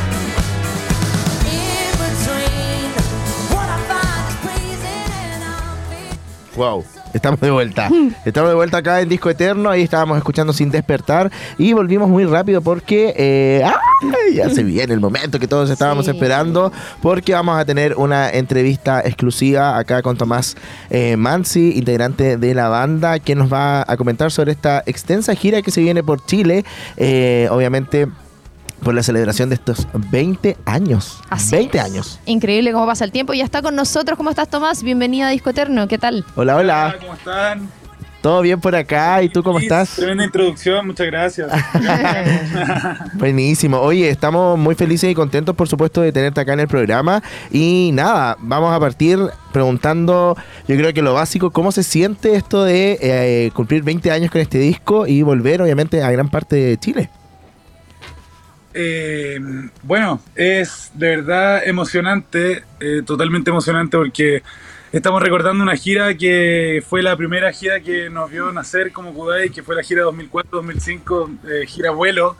In between, what I find is pleasing and I'm feeling. Wow, estamos de vuelta. Estamos de vuelta acá en Disco Eterno. Ahí estábamos escuchando Sin Despertar. Y volvimos muy rápido porque eh, ¡ay! Ya se viene el momento que todos estábamos Sí. esperando. Porque vamos a tener una entrevista exclusiva acá con Tomás eh, Mansi, integrante de la banda, quien nos va a comentar sobre esta extensa gira que se viene por Chile. Eh, obviamente por la celebración de estos veinte años. Así veinte es. años. Increíble cómo pasa el tiempo. Ya está con nosotros. ¿Cómo estás, Tomás? Bienvenido a Disco Eterno. ¿Qué tal? Hola, hola. ¿Cómo están? ¿Todo bien por acá? ¿Y tú cómo Sí, estás? Tremenda introducción, muchas gracias. Buenísimo. Oye, estamos muy felices y contentos, por supuesto, de tenerte acá en el programa. Y nada, vamos a partir preguntando, yo creo que lo básico, ¿cómo se siente esto de eh, cumplir veinte años con este disco y volver, obviamente, a gran parte de Chile? Eh, bueno, es de verdad emocionante, eh, totalmente emocionante, porque estamos recordando una gira que fue la primera gira que nos vio nacer como Kudai, que fue la gira dos mil cuatro dos mil cinco, eh, gira Vuelo.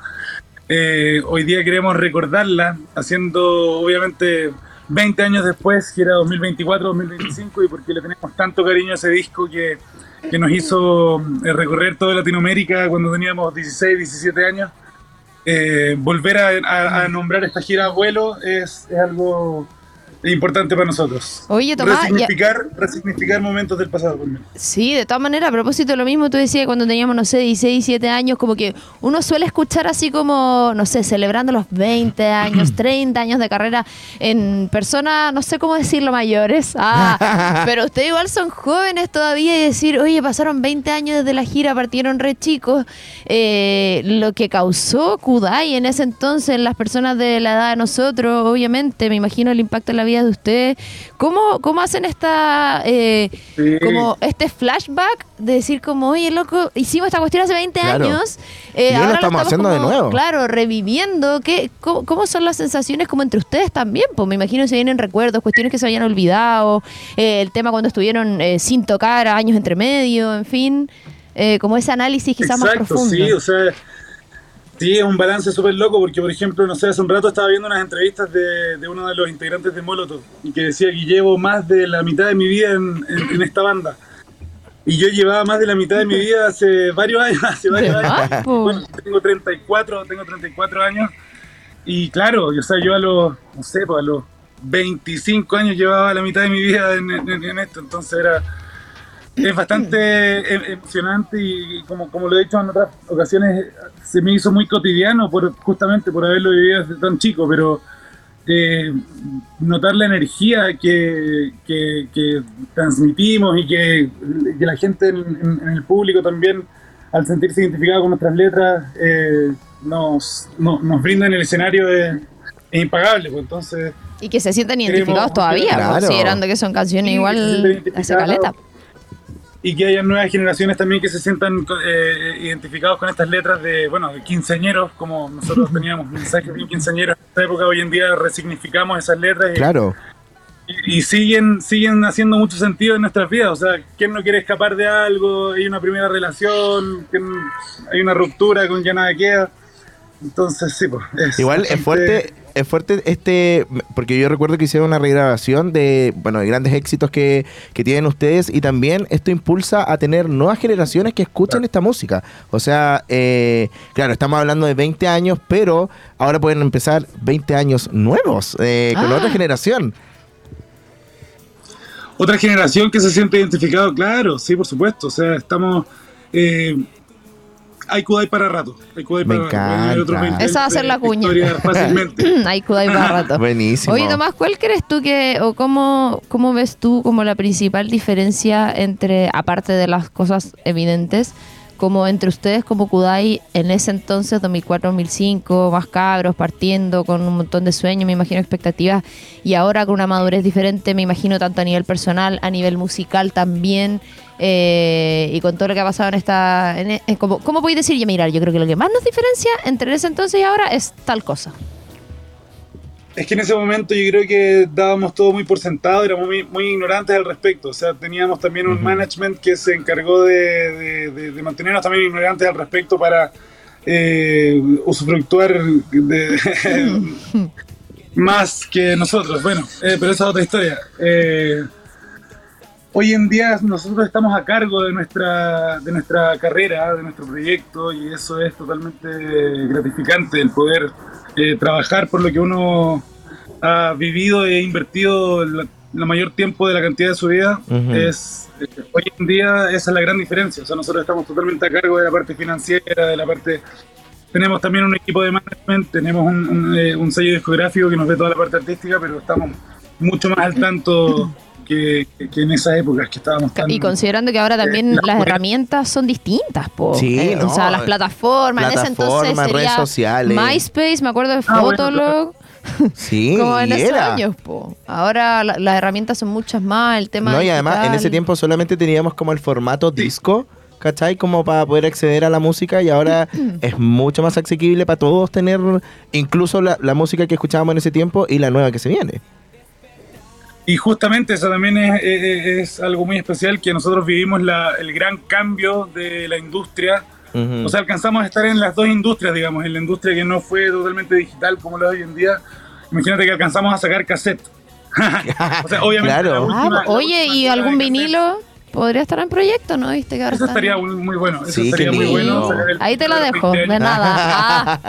Eh, hoy día queremos recordarla, haciendo obviamente veinte años después, gira dos mil veinticuatro dos mil veinticinco, y porque le tenemos tanto cariño a ese disco que, que nos hizo eh, recorrer toda Latinoamérica cuando teníamos dieciséis, diecisiete años. Eh, volver a, a, a nombrar esta gira Vuelo es, es algo importante para nosotros. Oye, Tomás, resignificar, resignificar momentos del pasado. Por sí, de todas maneras, a propósito de lo mismo, tú decías que cuando teníamos, no sé, dieciséis, diecisiete años, como que uno suele escuchar así como, no sé, celebrando los veinte años, treinta años de carrera en personas, no sé cómo decirlo, mayores. Ah, pero ustedes igual son jóvenes todavía, y decir, oye, pasaron veinte años desde la gira, partieron re chicos. Eh, lo que causó Kudai en ese entonces en las personas de la edad de nosotros, obviamente, me imagino el impacto en la vida de ustedes. ¿Cómo, cómo hacen esta eh, Sí. como este flashback de decir como, oye, loco, hicimos esta cuestión hace veinte Claro. años, eh, Y hoy lo ahora estamos haciendo de como, nuevo. claro, reviviendo? ¿Qué, cómo, cómo son las sensaciones como entre ustedes también? Pues me imagino que se vienen recuerdos, cuestiones que se habían olvidado, eh, el tema cuando estuvieron eh, sin tocar, años entre medio, en fin, eh, como ese análisis quizás más Exacto, profundo. sí, o sea, sí, es un balance súper loco, porque por ejemplo, no sé, hace un rato estaba viendo unas entrevistas de, de uno de los integrantes de Molotov, y que decía que llevo más de la mitad de mi vida en, en, en esta banda. Y yo llevaba más de la mitad de mi vida hace varios años, hace varios De años. más, po. Bueno, tengo treinta y cuatro, tengo treinta y cuatro años, y claro, o sea, yo a los, no sé, pues a los veinticinco años llevaba la mitad de mi vida en, en, en esto, entonces era... Es bastante em- emocionante, y como, como lo he dicho en otras ocasiones, se me hizo muy cotidiano por, justamente por haberlo vivido desde tan chico, pero eh, notar la energía que, que, que transmitimos, y que, que la gente en, en- en el público también, al sentirse identificado con nuestras letras, eh, nos, no- nos brindan el escenario, es, es impagable, pues entonces... Y que se sienten Queremos- identificados todavía, Claro. considerando que son canciones Sí, igual que se sienten hace identificados. caleta. Y que haya nuevas generaciones también que se sientan eh, identificados con estas letras de, bueno, de quinceañeros, como nosotros teníamos mensajes de quinceañeros en esta época. Hoy en día resignificamos esas letras, y, Claro. y, y siguen siguen haciendo mucho sentido en nuestras vidas. O sea, ¿quién no quiere escapar de algo? Hay una primera relación, ¿quién- hay una ruptura con ya nada queda. Entonces, sí, pues. es Igual es bastante- fuerte, es fuerte este, porque yo recuerdo que hicieron una regrabación de, bueno, de grandes éxitos que, que tienen ustedes, y también esto impulsa a tener nuevas generaciones que escuchen esta música. O sea, eh, claro, estamos hablando de veinte años, pero ahora pueden empezar veinte años nuevos, eh, con Ah. otra generación. Otra generación que se siente identificado, claro, sí, por supuesto. O sea, estamos... eh, hay Kudai para rato. Hay Kudai Me para rato. Hay otros encanta. veinte Esa va a ser de la cuña. historia fácilmente. Ahí Kudai para rato. Buenísimo. Oye, Tomás, ¿cuál crees tú que, o cómo, cómo ves tú como la principal diferencia entre, aparte de las cosas evidentes, como entre ustedes como Kudai en ese entonces, dos mil cuatro dos mil cinco, más cabros, partiendo con un montón de sueños, me imagino expectativas, y ahora con una madurez diferente, me imagino tanto a nivel personal, a nivel musical también, eh, y con todo lo que ha pasado en esta... En, en- como, ¿Cómo podéis decir? Ya, mirar, yo creo que lo que más nos diferencia entre ese entonces y ahora es tal cosa. Es que en ese momento yo creo que dábamos todo muy por sentado, éramos muy, muy ignorantes al respecto. O sea, teníamos también un management que se encargó de, de- de- de mantenernos también ignorantes al respecto para eh, usufructuar de, más que nosotros. Bueno, eh, pero esa es otra historia. Eh, hoy en día nosotros estamos a cargo de nuestra, de nuestra carrera, de nuestro proyecto, y eso es totalmente gratificante, el poder eh, trabajar por lo que uno ha vivido e invertido la, la mayor tiempo de la cantidad de su vida. Ujú. Es eh, hoy en día esa es la gran diferencia. O sea, nosotros estamos totalmente a cargo de la parte financiera, de la parte... Tenemos también un equipo de management, tenemos un, un, eh, un sello discográfico que nos ve toda la parte artística, pero estamos mucho más al tanto que, que en esas épocas que estábamos tan... Y considerando que ahora también Eh, las no, herramientas son distintas, po. Sí, Eh, no. O sea, las plataformas. En ese entonces Plataformas, sería redes sociales. MySpace, me acuerdo de Ah, bueno, Fotolog. Sí, Como en y esos era. años, po. Ahora la- las herramientas son muchas más, el tema No, y además en digital. ese tiempo solamente teníamos como el formato disco, ¿cachai? Como para poder acceder a la música y ahora es mucho más asequible para todos tener incluso la, la música que escuchábamos en ese tiempo y la nueva que se viene. Y justamente eso también es, es- es algo muy especial, que nosotros vivimos la- el gran cambio de la industria. Ujú. O sea, alcanzamos a estar en las dos industrias, digamos, en la industria que no fue totalmente digital como lo es hoy en día. Imagínate que alcanzamos a sacar cassette. O sea, obviamente Claro. la última- Ah, la oye, última ¿y saga algún de cassette, vinilo podría estar en proyecto, no? ¿Viste que ahora Eso están- estaría muy, muy bueno. Eso Sí, estaría qué muy bueno. lindo. sacar el- Ahí te la los dejo, veinte de años. nada. Ah.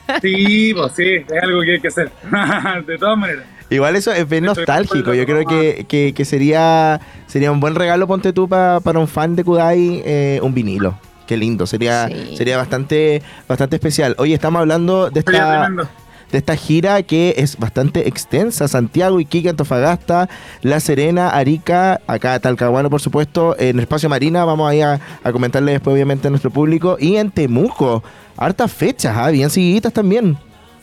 Sí, pues sí, es algo que hay que hacer. De todas maneras. Igual eso es bien Estoy nostálgico. de Yo creo acuerdo. que, que, que sería sería un buen regalo, ponte tú, pa- para un fan de Kudai, eh, un vinilo. Qué lindo, sería Sí. sería bastante bastante especial. Oye, estamos hablando de Sería esta tremendo. de esta gira que es bastante extensa. Santiago, Iquique, Antofagasta, La Serena, Arica, acá Talcahuano, por supuesto, en el Espacio Marina, vamos ahí a, a comentarle después obviamente a nuestro público, y en Temuco, hartas fechas, ¿ah? Bien seguiditas también.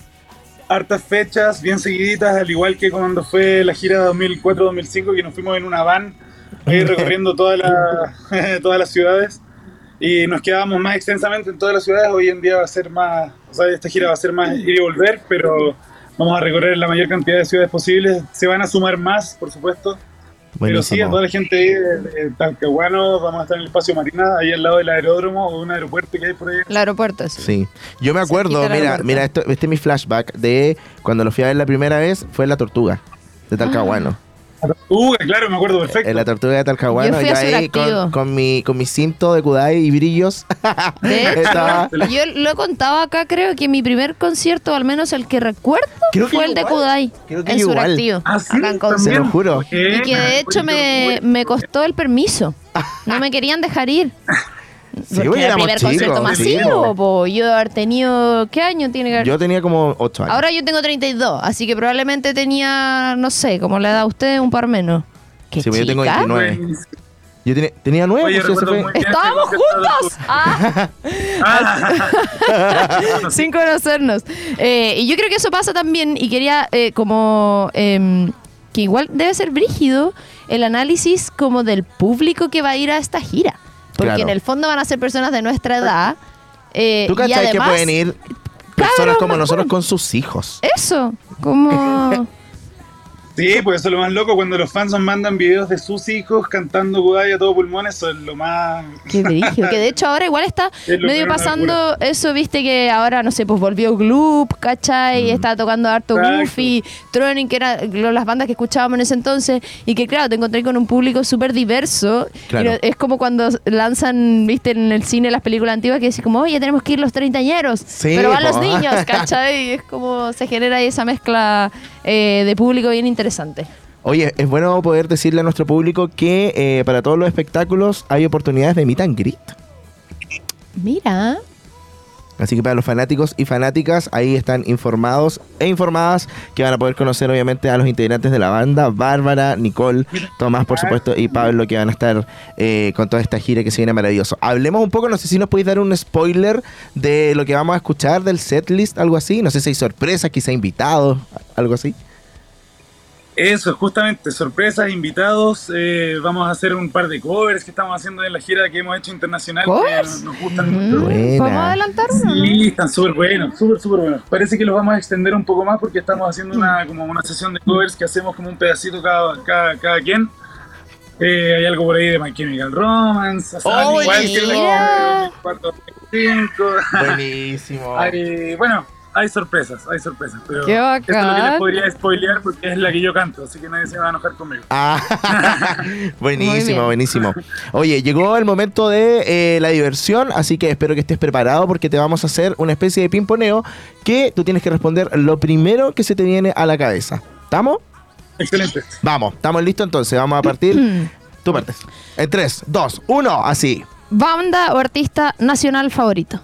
Hartas fechas, bien seguiditas, al igual que cuando fue la gira dos mil cuatro dos mil cinco, que nos fuimos en una van ahí recorriendo toda la- todas las ciudades y nos quedábamos más extensamente en todas las ciudades. Hoy en día va a ser más, o sea, esta gira va a ser más ir y volver, pero vamos a recorrer la mayor cantidad de ciudades posibles. Se van a sumar más, por supuesto. Pero sí, a Buenísimo. toda la gente ahí de, de Talcahuano, vamos a estar en el Espacio Marina, ahí al lado del aeródromo o un aeropuerto que hay por ahí. El aeropuerto, sí. Sí, yo me acuerdo, Cerquita del mira, aeropuerto. mira, esto, este es mi flashback de cuando lo fui a ver la primera vez, fue en La Tortuga, de Talcahuano. Uh, claro, me acuerdo perfecto. En La Tortuga de Talcahuano, Yo fui yo a ahí Suractivo. con, con mi, con mi cinto de Kudai y brillos. De hecho, Estaba- yo lo he contado acá, creo que mi primer concierto, al menos el que recuerdo, Creo que fue el de igual. Kudai, Creo que en igual. Suractivo, Ah, sí, acá en Conce. Se lo también. juro. Y que de hecho me, me costó el permiso. No me querían dejar ir. Sí, Porque pues, era el éramos primer chicos, concierto sí, masivo, po. Yo de haber tenido... ¿Qué año tiene que haber? Yo tenía como ocho años. Ahora yo tengo treinta y dos, así que probablemente tenía, no sé, como la edad de usted, un par menos. ¿Qué Sí, pues yo tengo chica? veintinueve. Buenísimo. Yo tenía, tenía nueve, Oye, pues, ese recuerdo fue- muy bien ¡Estábamos ese concierto de juntos! ¡Ah! Ah. Sin conocernos. Eh, y yo creo que eso pasa también, y quería eh, como... em, que igual debe ser brígido el análisis como del público que va a ir a esta gira. Porque Claro. en el fondo van a ser personas de nuestra edad. eh, ¿Tú y cachai que además, pueden ir personas cabros como más nosotros jóvenes. con sus hijos? Eso, como... Sí, pues eso es lo más loco, cuando los fans nos mandan videos de sus hijos cantando Kudai a todo pulmón, eso es lo más... Qué brígido. Que de hecho ahora igual está Es lo medio que me pasando eso, viste que ahora, no sé, pues volvió Gloop, ¿cachai? Está tocando harto Exacto. Goofy, Troning, que eran las bandas que escuchábamos en ese entonces. Y que claro, te encontré con un público súper diverso. Claro. Y no- es como cuando lanzan, viste, en el cine las películas antiguas que decís como, oye, tenemos que ir los treintañeros. Sí, pero van po. los niños, ¿cachai? Y es como se genera ahí esa mezcla eh, de público bien interesante. Oye, es bueno poder decirle a nuestro público que eh, para todos los espectáculos hay oportunidades de meet and greet. Mira. Así que para los fanáticos y fanáticas, ahí están informados e informadas que van a poder conocer obviamente a los integrantes de la banda, Bárbara, Nicole, Tomás por supuesto y Pablo, que van a estar eh, con toda esta gira que se viene maravilloso. Hablemos un poco, no sé si nos podéis dar un spoiler de lo que vamos a escuchar del setlist, algo así, no sé si hay sorpresas, quizá invitados, algo así. Eso, justamente, sorpresas, invitados, eh, vamos a hacer un par de covers que estamos haciendo en la gira que hemos hecho internacional, que ¿Covers? nos, nos gustan Mm, mucho. Buena. ¿Podemos adelantar uno? no? Sí, están súper buenos, súper, súper buenos. Parece que los vamos a extender un poco más porque estamos haciendo una, como una sesión de covers que hacemos como un pedacito cada, cada, cada quien. Eh, hay algo por ahí de My Chemical Romance, o sea, ¡Oh, igual que mira! el cuarto cinco. Buenísimo. Hay, bueno, hay sorpresas, hay sorpresas, pero ¡Qué esto es lo que bacán! les podría spoilear porque es la que yo canto, así que nadie se va a enojar conmigo. Ah, Muy buenísimo, bien. buenísimo. Oye, llegó el momento de eh, la diversión, así que espero que estés preparado porque te vamos a hacer una especie de pimponeo que tú tienes que responder lo primero que se te viene a la cabeza. ¿Estamos? Excelente. Vamos, ¿estamos listos entonces? Vamos a partir. Tú partes. En tres, dos, uno, así. Banda o artista nacional favorito.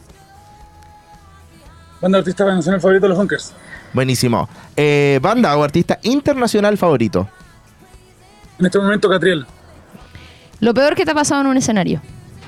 Banda artista nacional favorito de los Bunkers. Buenísimo. Eh, banda o artista internacional favorito. En este momento, Catriel. Lo peor que te ha pasado en un escenario.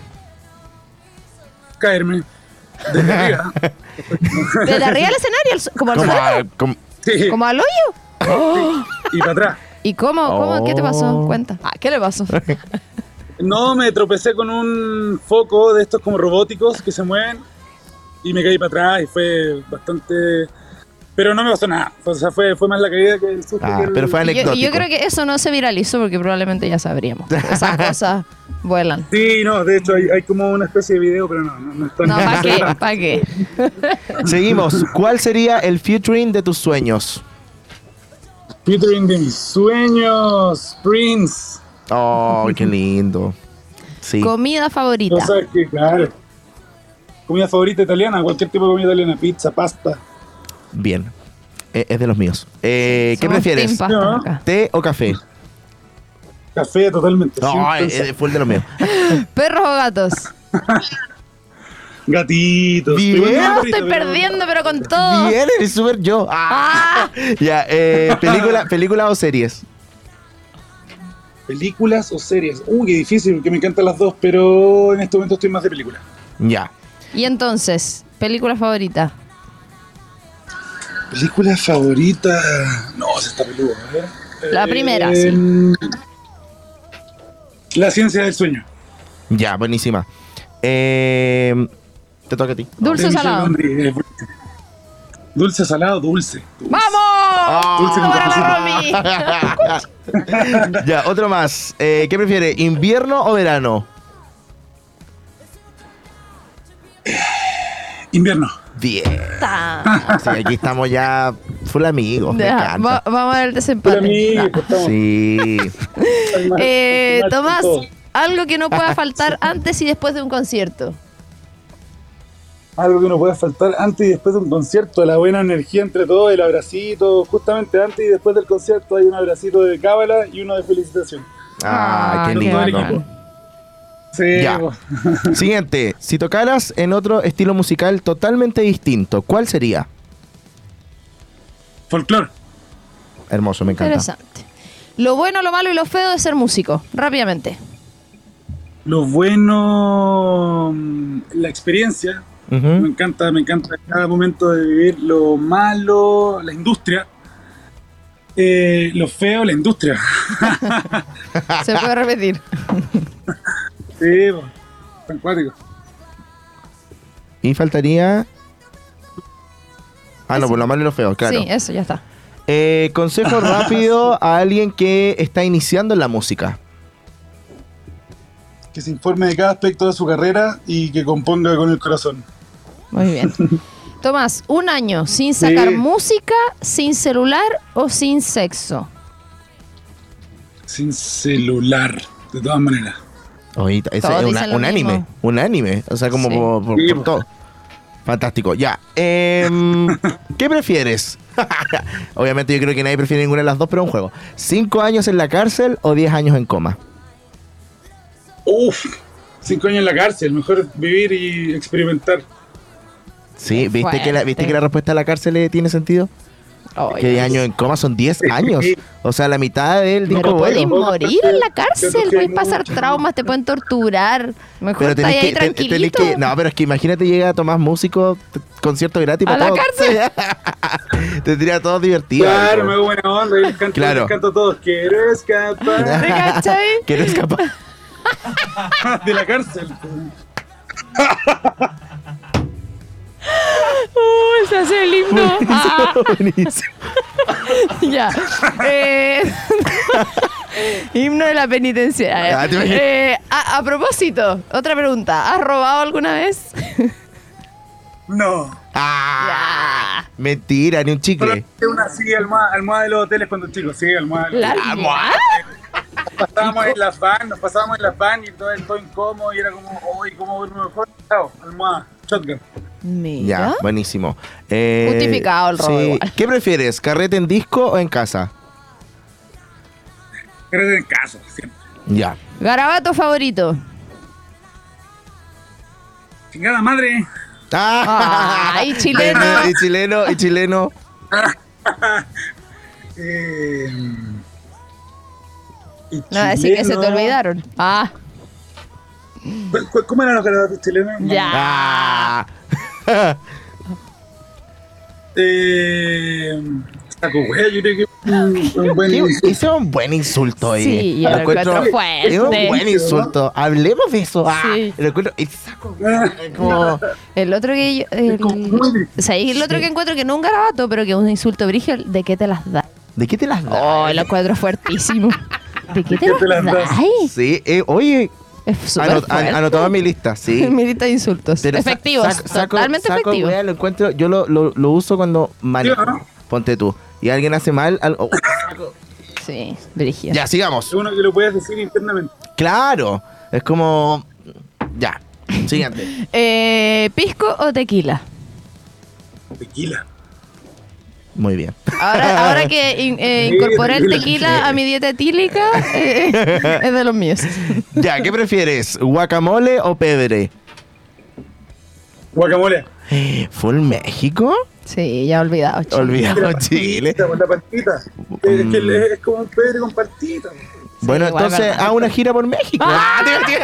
Caerme. Desde arriba. ¿Desde arriba del escenario? al su- ¿Como al Como, suelo? a- como- Sí. ¿Como al hoyo? Y para atrás. ¿Y cómo? ¿Cómo? ¿Qué te pasó? Oh. Cuenta. Ah, ¿qué le pasó? No, me tropecé con un foco de estos como robóticos que se mueven y me caí para atrás y fue bastante... Pero no me pasó nada. O sea, fue, fue más la caída que el susto. Ah, que el- pero fue Y yo, anecdótico. y yo creo que eso no se viralizó porque probablemente ya sabríamos. Esas cosas vuelan. Sí, no, de hecho hay, hay como una especie de video, pero no, no, no está No, ¿para qué? ¿Para qué? Seguimos. ¿Cuál sería el featuring de tus sueños? Featuring de mis sueños, Prince. Oh, qué lindo. Sí. Comida favorita. O sea que, claro. Comida favorita italiana, cualquier tipo de comida italiana, pizza, pasta. Bien. Eh, es de los míos. Eh, ¿Qué Somos prefieres? team pasta No. acá. ¿Té o café? Café totalmente. No, sin es, pensar. es full de los míos. ¿Perros o gatos? Gatitos. Bien. Igual que No, mi estoy perrito, pero- perdiendo, pero con todo. Bien, eres súper yo. Ah. Ya, eh, película, película o series. ¿Películas o series? Uh, qué difícil, porque me encantan las dos, pero en este momento estoy más de película. Ya. Y entonces, película favorita. ¿Película favorita? No, se está peludo, a ver. La Eh, primera, sí. La ciencia del sueño. Ya, buenísima. Eh, te toca a ti. Dulce De o Michel salado. Gondry, es buenísimo. Dulce, salado, dulce. ¡Vamos! Dulce con Para la cafecito. Romy. Ya, otro más. Eh, ¿Qué prefiere, invierno o verano? Invierno. Bien. Ta. Sí, aquí estamos ya full amigos. Me Ya, encanta. va- vamos a ver el Para desempate. mí, Ya. pues, estamos- Sí. estoy mal- Eh, estoy mal con Tomás, todo. algo que no pueda faltar antes y después de un concierto. Algo que no puede faltar antes y después de un concierto, la buena energía entre todos, el abracito, justamente antes y después del concierto hay un abracito de cábala y uno de felicitación. Ah, qué qué lindo. bacán. Sí, Ya. po. Siguiente. Si tocaras en otro estilo musical totalmente distinto, ¿cuál sería? Folclor. Hermoso, me encanta. Interesante. Lo bueno, lo malo y lo feo de ser músico. Rápidamente. Lo bueno, mm, la experiencia. Me Ujú. encanta, me encanta cada momento de vivir. Lo malo, la industria. Eh, lo feo, la industria. Se puede repetir. Sí, po. Tan cuático. Y faltaría... Ah, no, por lo malo y lo feo, claro. Sí, eso ya está. Eh, consejo rápido a alguien que está iniciando en la música. Que se informe de cada aspecto de su carrera y que componga con el corazón. Muy bien. Tomás, un año sin sacar Sí. música, sin celular o sin sexo. Sin celular, de todas maneras. Oye, ese Todos es dicen una- lo un anime. mismo. Un anime. O sea, como Sí. por, por- Sí, por po. todo. Fantástico. Ya. Em, ¿Qué prefieres? Obviamente yo creo que nadie prefiere ninguna de las dos, pero un juego. ¿Cinco años en la cárcel o diez años en coma? Uf, cinco años en la cárcel, mejor vivir y experimentar. Sí, Qué ¿viste que, la, ¿viste fuerte. que la respuesta a la cárcel eh, tiene sentido? Ay, Que diez años en coma son diez años. O sea, la mitad del disco pero podéis bueno. morir en la cárcel, Siento que hay podéis pasar mucho. traumas, te pueden torturar. Mejor Pero estáis tenés ahí que, ten- tenés tranquilito. que... No, pero es que imagínate llega Tomás Músico, t- concierto gratis ¿A para la todos. cárcel? Tendría todo divertido. Claro, me hago buena onda, y les canto, Claro. les canto a todos. Quiero escapar ¿Te cachai? Quiero escapar. de la cárcel. Uh, se hace el himno. Ah, Buenísimo. ya. Eh, himno de la penitenciaria. Ah, ¿te imaginas? Eh, a, a propósito, otra pregunta. ¿Has robado alguna vez? No. Ah, mentira, ni un chicle. Solamente una así, almohada, almohada de los hoteles cuando chicos, sí, almohada. La almohada. Nos pasábamos en las van, nos pasábamos en las van y todo, todo incómodo y era como, uy, ¿cómo verme mejor? Chao, almohada, shotgun. Mira. Ya, buenísimo. Eh, Justificado el robo igual. ¿Qué prefieres, carrete en disco o en casa? Pero en casa, siempre. Ya. Garabato favorito. Chingada madre. Ah, Ay, chileno. Y chileno, y chileno. Eh, Y No, así que se te chileno. olvidaron. Ah, ¿Cu- cu- ¿Cómo eran los karaoke chilenos? ya. Ah. Eh, saco wea, yo creo que es un buen Qué- inicio. Ese es un buen insulto ahí. Sí, yo lo encuentro fuerte. Es un buen insulto. Hablemos de eso. Ah, Sí. lo encuentro. y saco, es como. El otro que yo. El, como muy difícil. o sea, y el otro que encuentro que no es un garabato, pero que es un insulto brigio, ¿de qué te las da? ¿De qué te las das? Oh, lo encuentro fuertísimo. ¿De qué te, qué te las las das? das? Sí, eh, oye, Es súper anot- an- fuerte. anotado en mi lista, sí. Mi lista de insultos. Pero sa- efectivos. saco- saco- totalmente saco, efectivos. wea, lo encuentro, yo lo, lo, lo uso cuando manejo. Sí, ¿no? Ponte tú. Y alguien hace mal. al- oh, saco. Sí, brígido. Ya, sigamos. Es uno que lo puedes decir internamente. Claro. Es como. Ya. Siguiente. Eh, ¿Pisco o tequila? Tequila. Muy bien. Ahora, ahora que in- eh, Sí, incorporé el tequila. tequila a mi dieta etílica, eh, es de los míos. Ya, ¿qué prefieres? ¿Guacamole o pedre? Guacamole. ¿Full México? Sí, ya he olvidado. chico. Olvidamos Chile. Con la paltita. Es, que le- es como un pedre con paltita. Bueno, igual, entonces verdad. haz una gira por México. Ah, tío,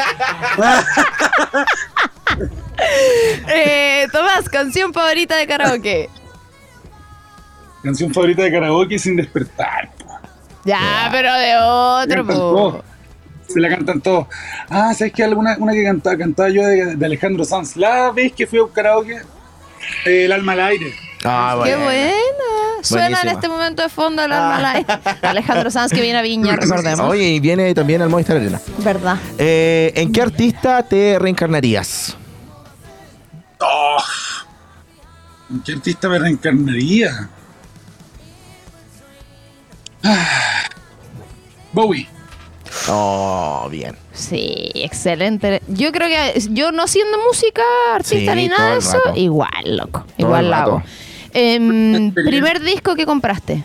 tío. Eh, Tomás, canción favorita de karaoke. Canción favorita de karaoke sin despertar. Ya, pero de Se otro, cantan po. todos. Se la cantan todos. Ah, ¿sabes qué? Alguna una que cantaba, cantaba yo de, de Alejandro Sanz. La vez que fui a un karaoke, eh, El alma al aire. Ah, Qué bueno. buena. Suena en Buenísima. este momento de fondo el alma al aire. Alejandro Sanz que viene a Viña, recordemos. Oye, y viene también al Movistar Arena. ¿Verdad? Eh, ¿En qué artista te reencarnarías? Oh, ¿en qué artista me reencarnaría? Ah, Bowie. Oh, bien. Sí, excelente. Yo creo que yo no siendo música, artista Sí, ni todo nada de el eso, rato. igual, loco. Todo Igual el la rato. hago. Em, primer disco que compraste.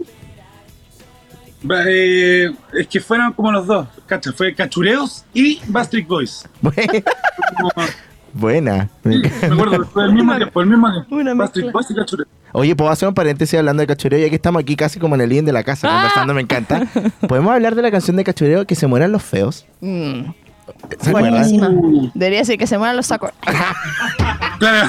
Va, eh, es que fueron como los dos, cacha, fue Cachureos y Backstreet Boys. Como- Buena. me acuerdo, fue el mismo tiempo, el mismo tiempo. Una Backstreet mezcla. Boys y Cachureos. Oye, ¿puedo hacer un paréntesis hablando de cachureo? Ya que estamos aquí casi como en el living de la casa Ah. conversando, me encanta. ¿Podemos hablar de la canción de cachureo Que se mueran los feos? Mm, ¿Se acuerdan? buenísima. Uh. Debería decir que se mueran los sacos. Claro,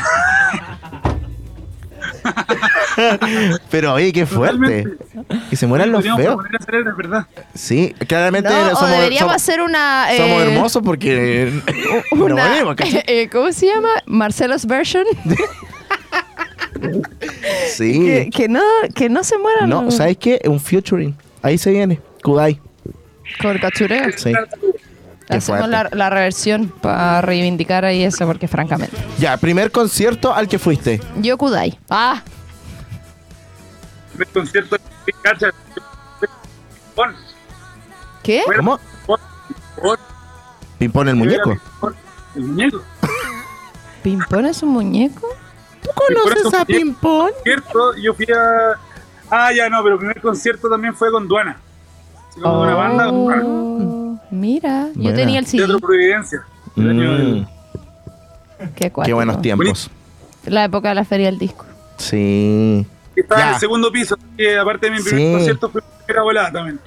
Pero oye, qué fuerte. Totalmente. Que se mueran los podríamos feos. proponer hacer, es verdad. Sí, claramente No, o somos, deberíamos somos- hacer una. eh, somos hermosos porque Una, no valemos, ¿cachai? eh, ¿Cómo se llama? Marcelo's version. Sí. que, que no, que no se mueran. No, los- ¿sabes qué? Un featuring. Ahí se viene. Kudai. Con cachureo. Sí. Qué Hacemos fuerte. la, la reversión para reivindicar ahí eso, porque francamente. Ya, primer concierto al que fuiste. Yo Kudai. Ah, El concierto de Cacha. Pon, ¿qué? ¿Cómo? pon, pon. Pimpón el muñeco. El muñeco. ¿Pimpón es un muñeco? ¿Tú conoces a Pimpón? Concierto, yo fui a. Ah, ya no, pero el primer concierto también fue con Duana. Así como una banda con Duana. Oh, mira, yo Buena. tenía el C D. Teatro Providencia. El año del- Mm, Qué, qué buenos tiempos. La época de la feria del disco. Sí. Estaba Ya. en el segundo piso, así que aparte de mi primer Sí. concierto fue era volada también.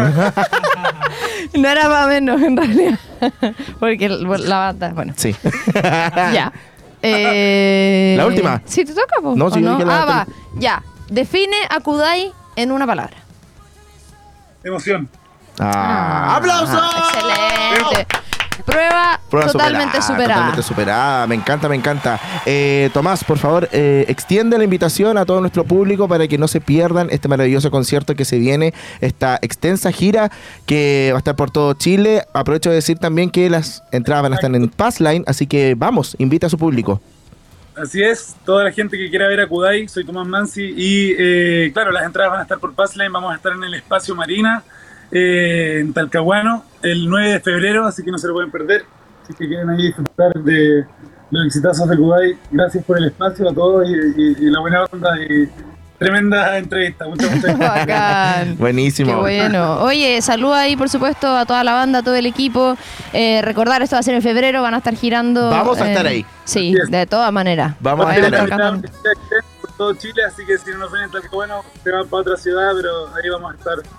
No era más o menos, en realidad. Porque el- la banda, bueno. Sí. Ya. Eh, ¿La última? Sí, te toca, po, No, ¿o sí, yo dije la Ah, va. tel- Ya. Define a Kudai en una palabra. Emoción. Ah, ¡aplausos! Excelente. Prueba, Prueba totalmente superada. Totalmente superada. Me encanta, me encanta. Eh, Tomás, por favor, eh, extiende la invitación a todo nuestro público para que no se pierdan este maravilloso concierto que se viene, esta extensa gira que va a estar por todo Chile. Aprovecho de decir también que las entradas van a estar en Passline, así que vamos, invita a su público. Así es, toda la gente que quiera ver a Kudai, soy Tomás Mansi y eh, claro, las entradas van a estar por Passline, vamos a estar en el Espacio Marina, eh, en Talcahuano, el nueve de febrero, así que no se lo pueden perder. Si que quieren ahí disfrutar de los exitazos de Kudai, gracias por el espacio a todos y, y- y la buena onda y tremenda entrevista. Muchas, muchas gracias. Bacán. Buenísimo. Qué bueno. Oye, saluda ahí, por supuesto, a toda la banda, a todo el equipo. Eh, recordar, esto va a ser en febrero, van a estar girando. Vamos a eh, estar ahí. Sí, Así es. de todas maneras. Vamos a Ahí estar va ahí. cantando. Por todo Chile, así que si no nos ven en Talcahuano, se van para otra ciudad, pero ahí vamos a estar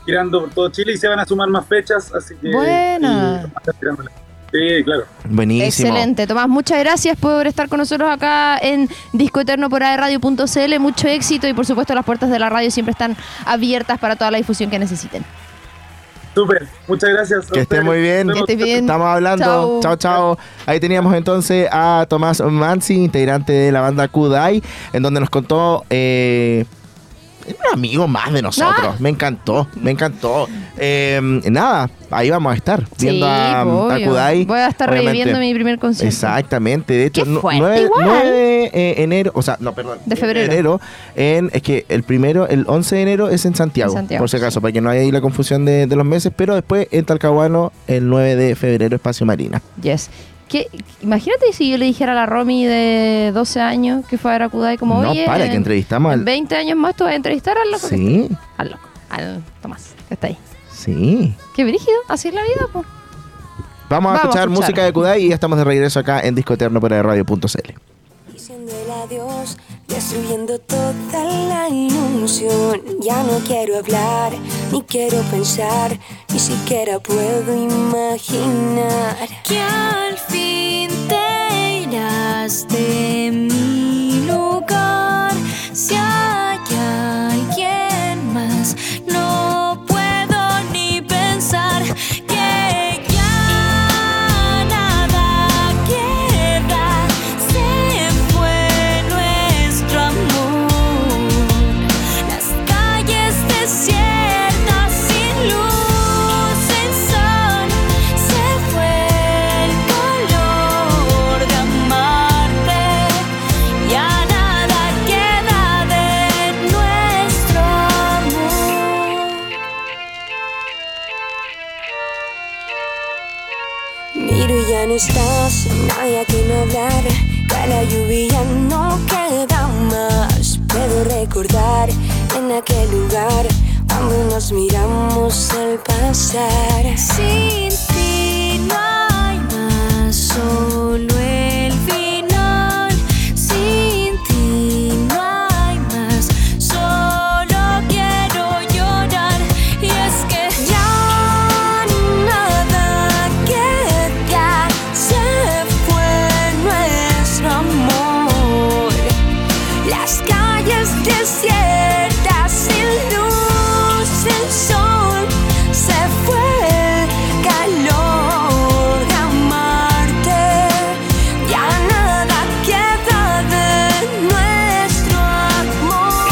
girando por todo Chile y se van a sumar más fechas, así que... Buena. y vamos a estar tirándola. Sí, claro. Buenísimo. Excelente. Tomás, muchas gracias por estar con nosotros acá en Disco Eterno por aerradio punto c l. Mucho éxito y por supuesto las puertas de la radio siempre están abiertas para toda la difusión que necesiten. Súper, muchas gracias. a Que esté ustedes. muy bien. Nos Que vemos. estés bien. Estamos hablando. Chao. Chao, chao. Ahí teníamos entonces a Tomás Mansi, integrante de la banda Kudai, en donde nos contó eh, un amigo más de nosotros. Ah. Me encantó, me encantó. Eh, nada, ahí vamos a estar viendo Sí, a, a obvio. Kudai. Voy a estar obviamente. reviviendo mi primer concierto. Exactamente, de hecho, Qué nu- fuerte, nueve igual. nueve de eh, enero, o sea, no, perdón, De febrero. enero, en, es que el primero, el once de enero es en Santiago, En Santiago, por si sí. acaso, para que no haya ahí la confusión de, de los meses, pero después en Talcahuano, el nueve de febrero, Espacio Marina. Yes. ¿Qué? Imagínate si yo le dijera a la Romy de doce años que fue a ver a Kudai como, No, oye, para, que entrevistamos en al... veinte años más tú vas a entrevistar al loco. Sí, Al loco. Al Tomás, que está ahí. sí. Qué brígido, así es la vida, pues. Vamos a Vamos a escuchar escuchar. música de Kudai y ya estamos de regreso acá en Disco Eterno por radio punto c l. Diciendo el adiós, destruyendo toda la ilusión. Ya no quiero hablar, ni quiero pensar, ni siquiera puedo imaginar que al fin te irás de mi lugar. Si hay alguien más, no puedo ni pensar que ya nada queda. Se fue nuestro amor, las calles desiertas sin luz, sin sol. Se fue el color de amarte, ya nada queda de nuestro amor. Miro y ya no estás, no hay a quien hablar. Ya la lluvia no queda más. Puedo recordar en aquel lugar cuando nos miramos al pasar. Sin ti no hay más, solo el final. Sin ti no hay más, solo quiero llorar. Y es que ya nada queda, se fue nuestro amor. Las calles desiertas sin luz, sin sol. Se fue el calor de amarte, ya nada queda de nuestro amor.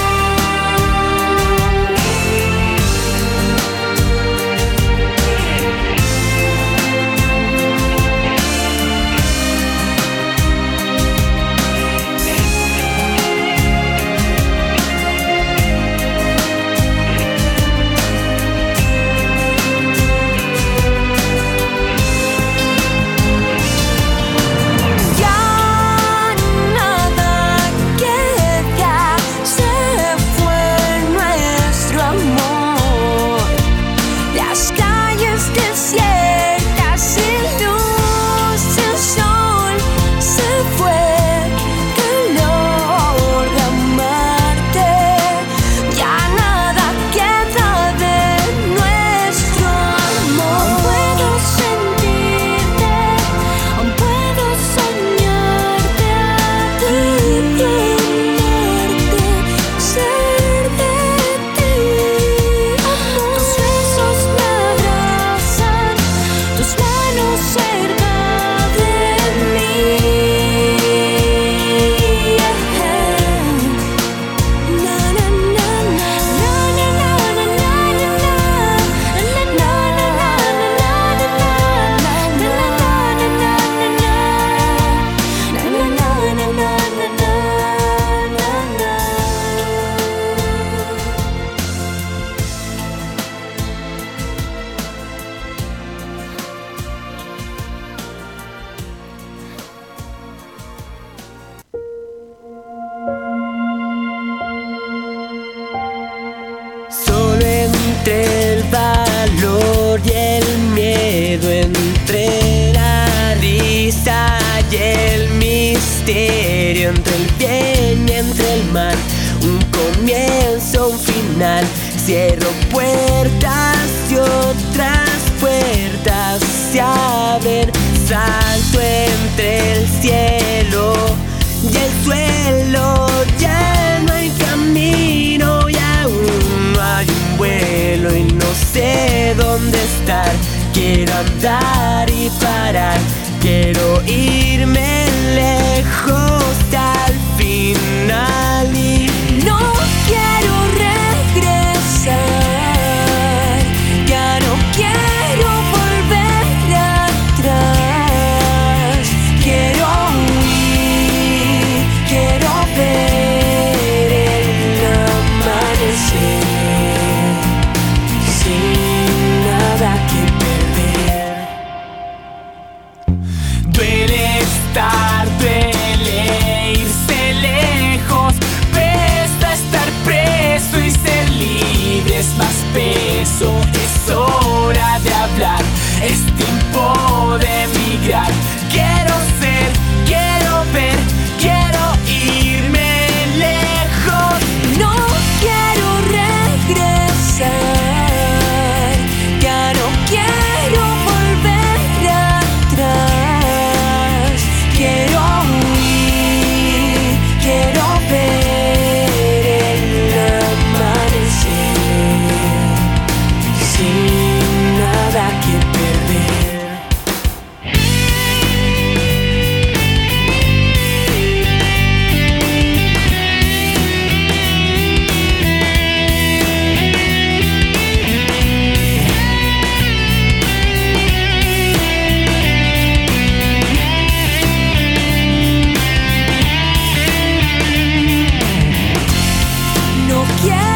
Ya nada queda, se fue nuestro amor. Las calles desiertas sin luz, sin sol. Se fue el calor de amarte, ya nada queda de nuestro amor. Aún puedo sentirte, aún puedo soñarte a ti, tenerte, ser de ti. Tus besos me abrazan, tus manos cerca de mí. Na na na na na na na na Solo entre el valor y el miedo, entre la risa y el misterio, entre el bien y entre el mal, un comienzo, un final. Cierro puertas puertas y otras puertas se abren. Salto entre el cielo y el suelo. Ya no hay camino y aún no hay un vuelo. Y no sé dónde estar. Quiero andar y parar. Quiero irme lejos al final. Y no quiero regresar. Ya no quiero volver atrás. Quiero huir. Quiero ver el amanecer sin nada que perder. Duele estar, duele irse lejos. Pesa estar preso y ser libre es más peso. Es hora de hablar, es tiempo de emigrar. Quiero ser, quiero ver, quiero irme lejos. No quiero regresar. Ya no quiero volver atrás. Quiero huir, quiero ver el amanecer sin nada que perder. No quiero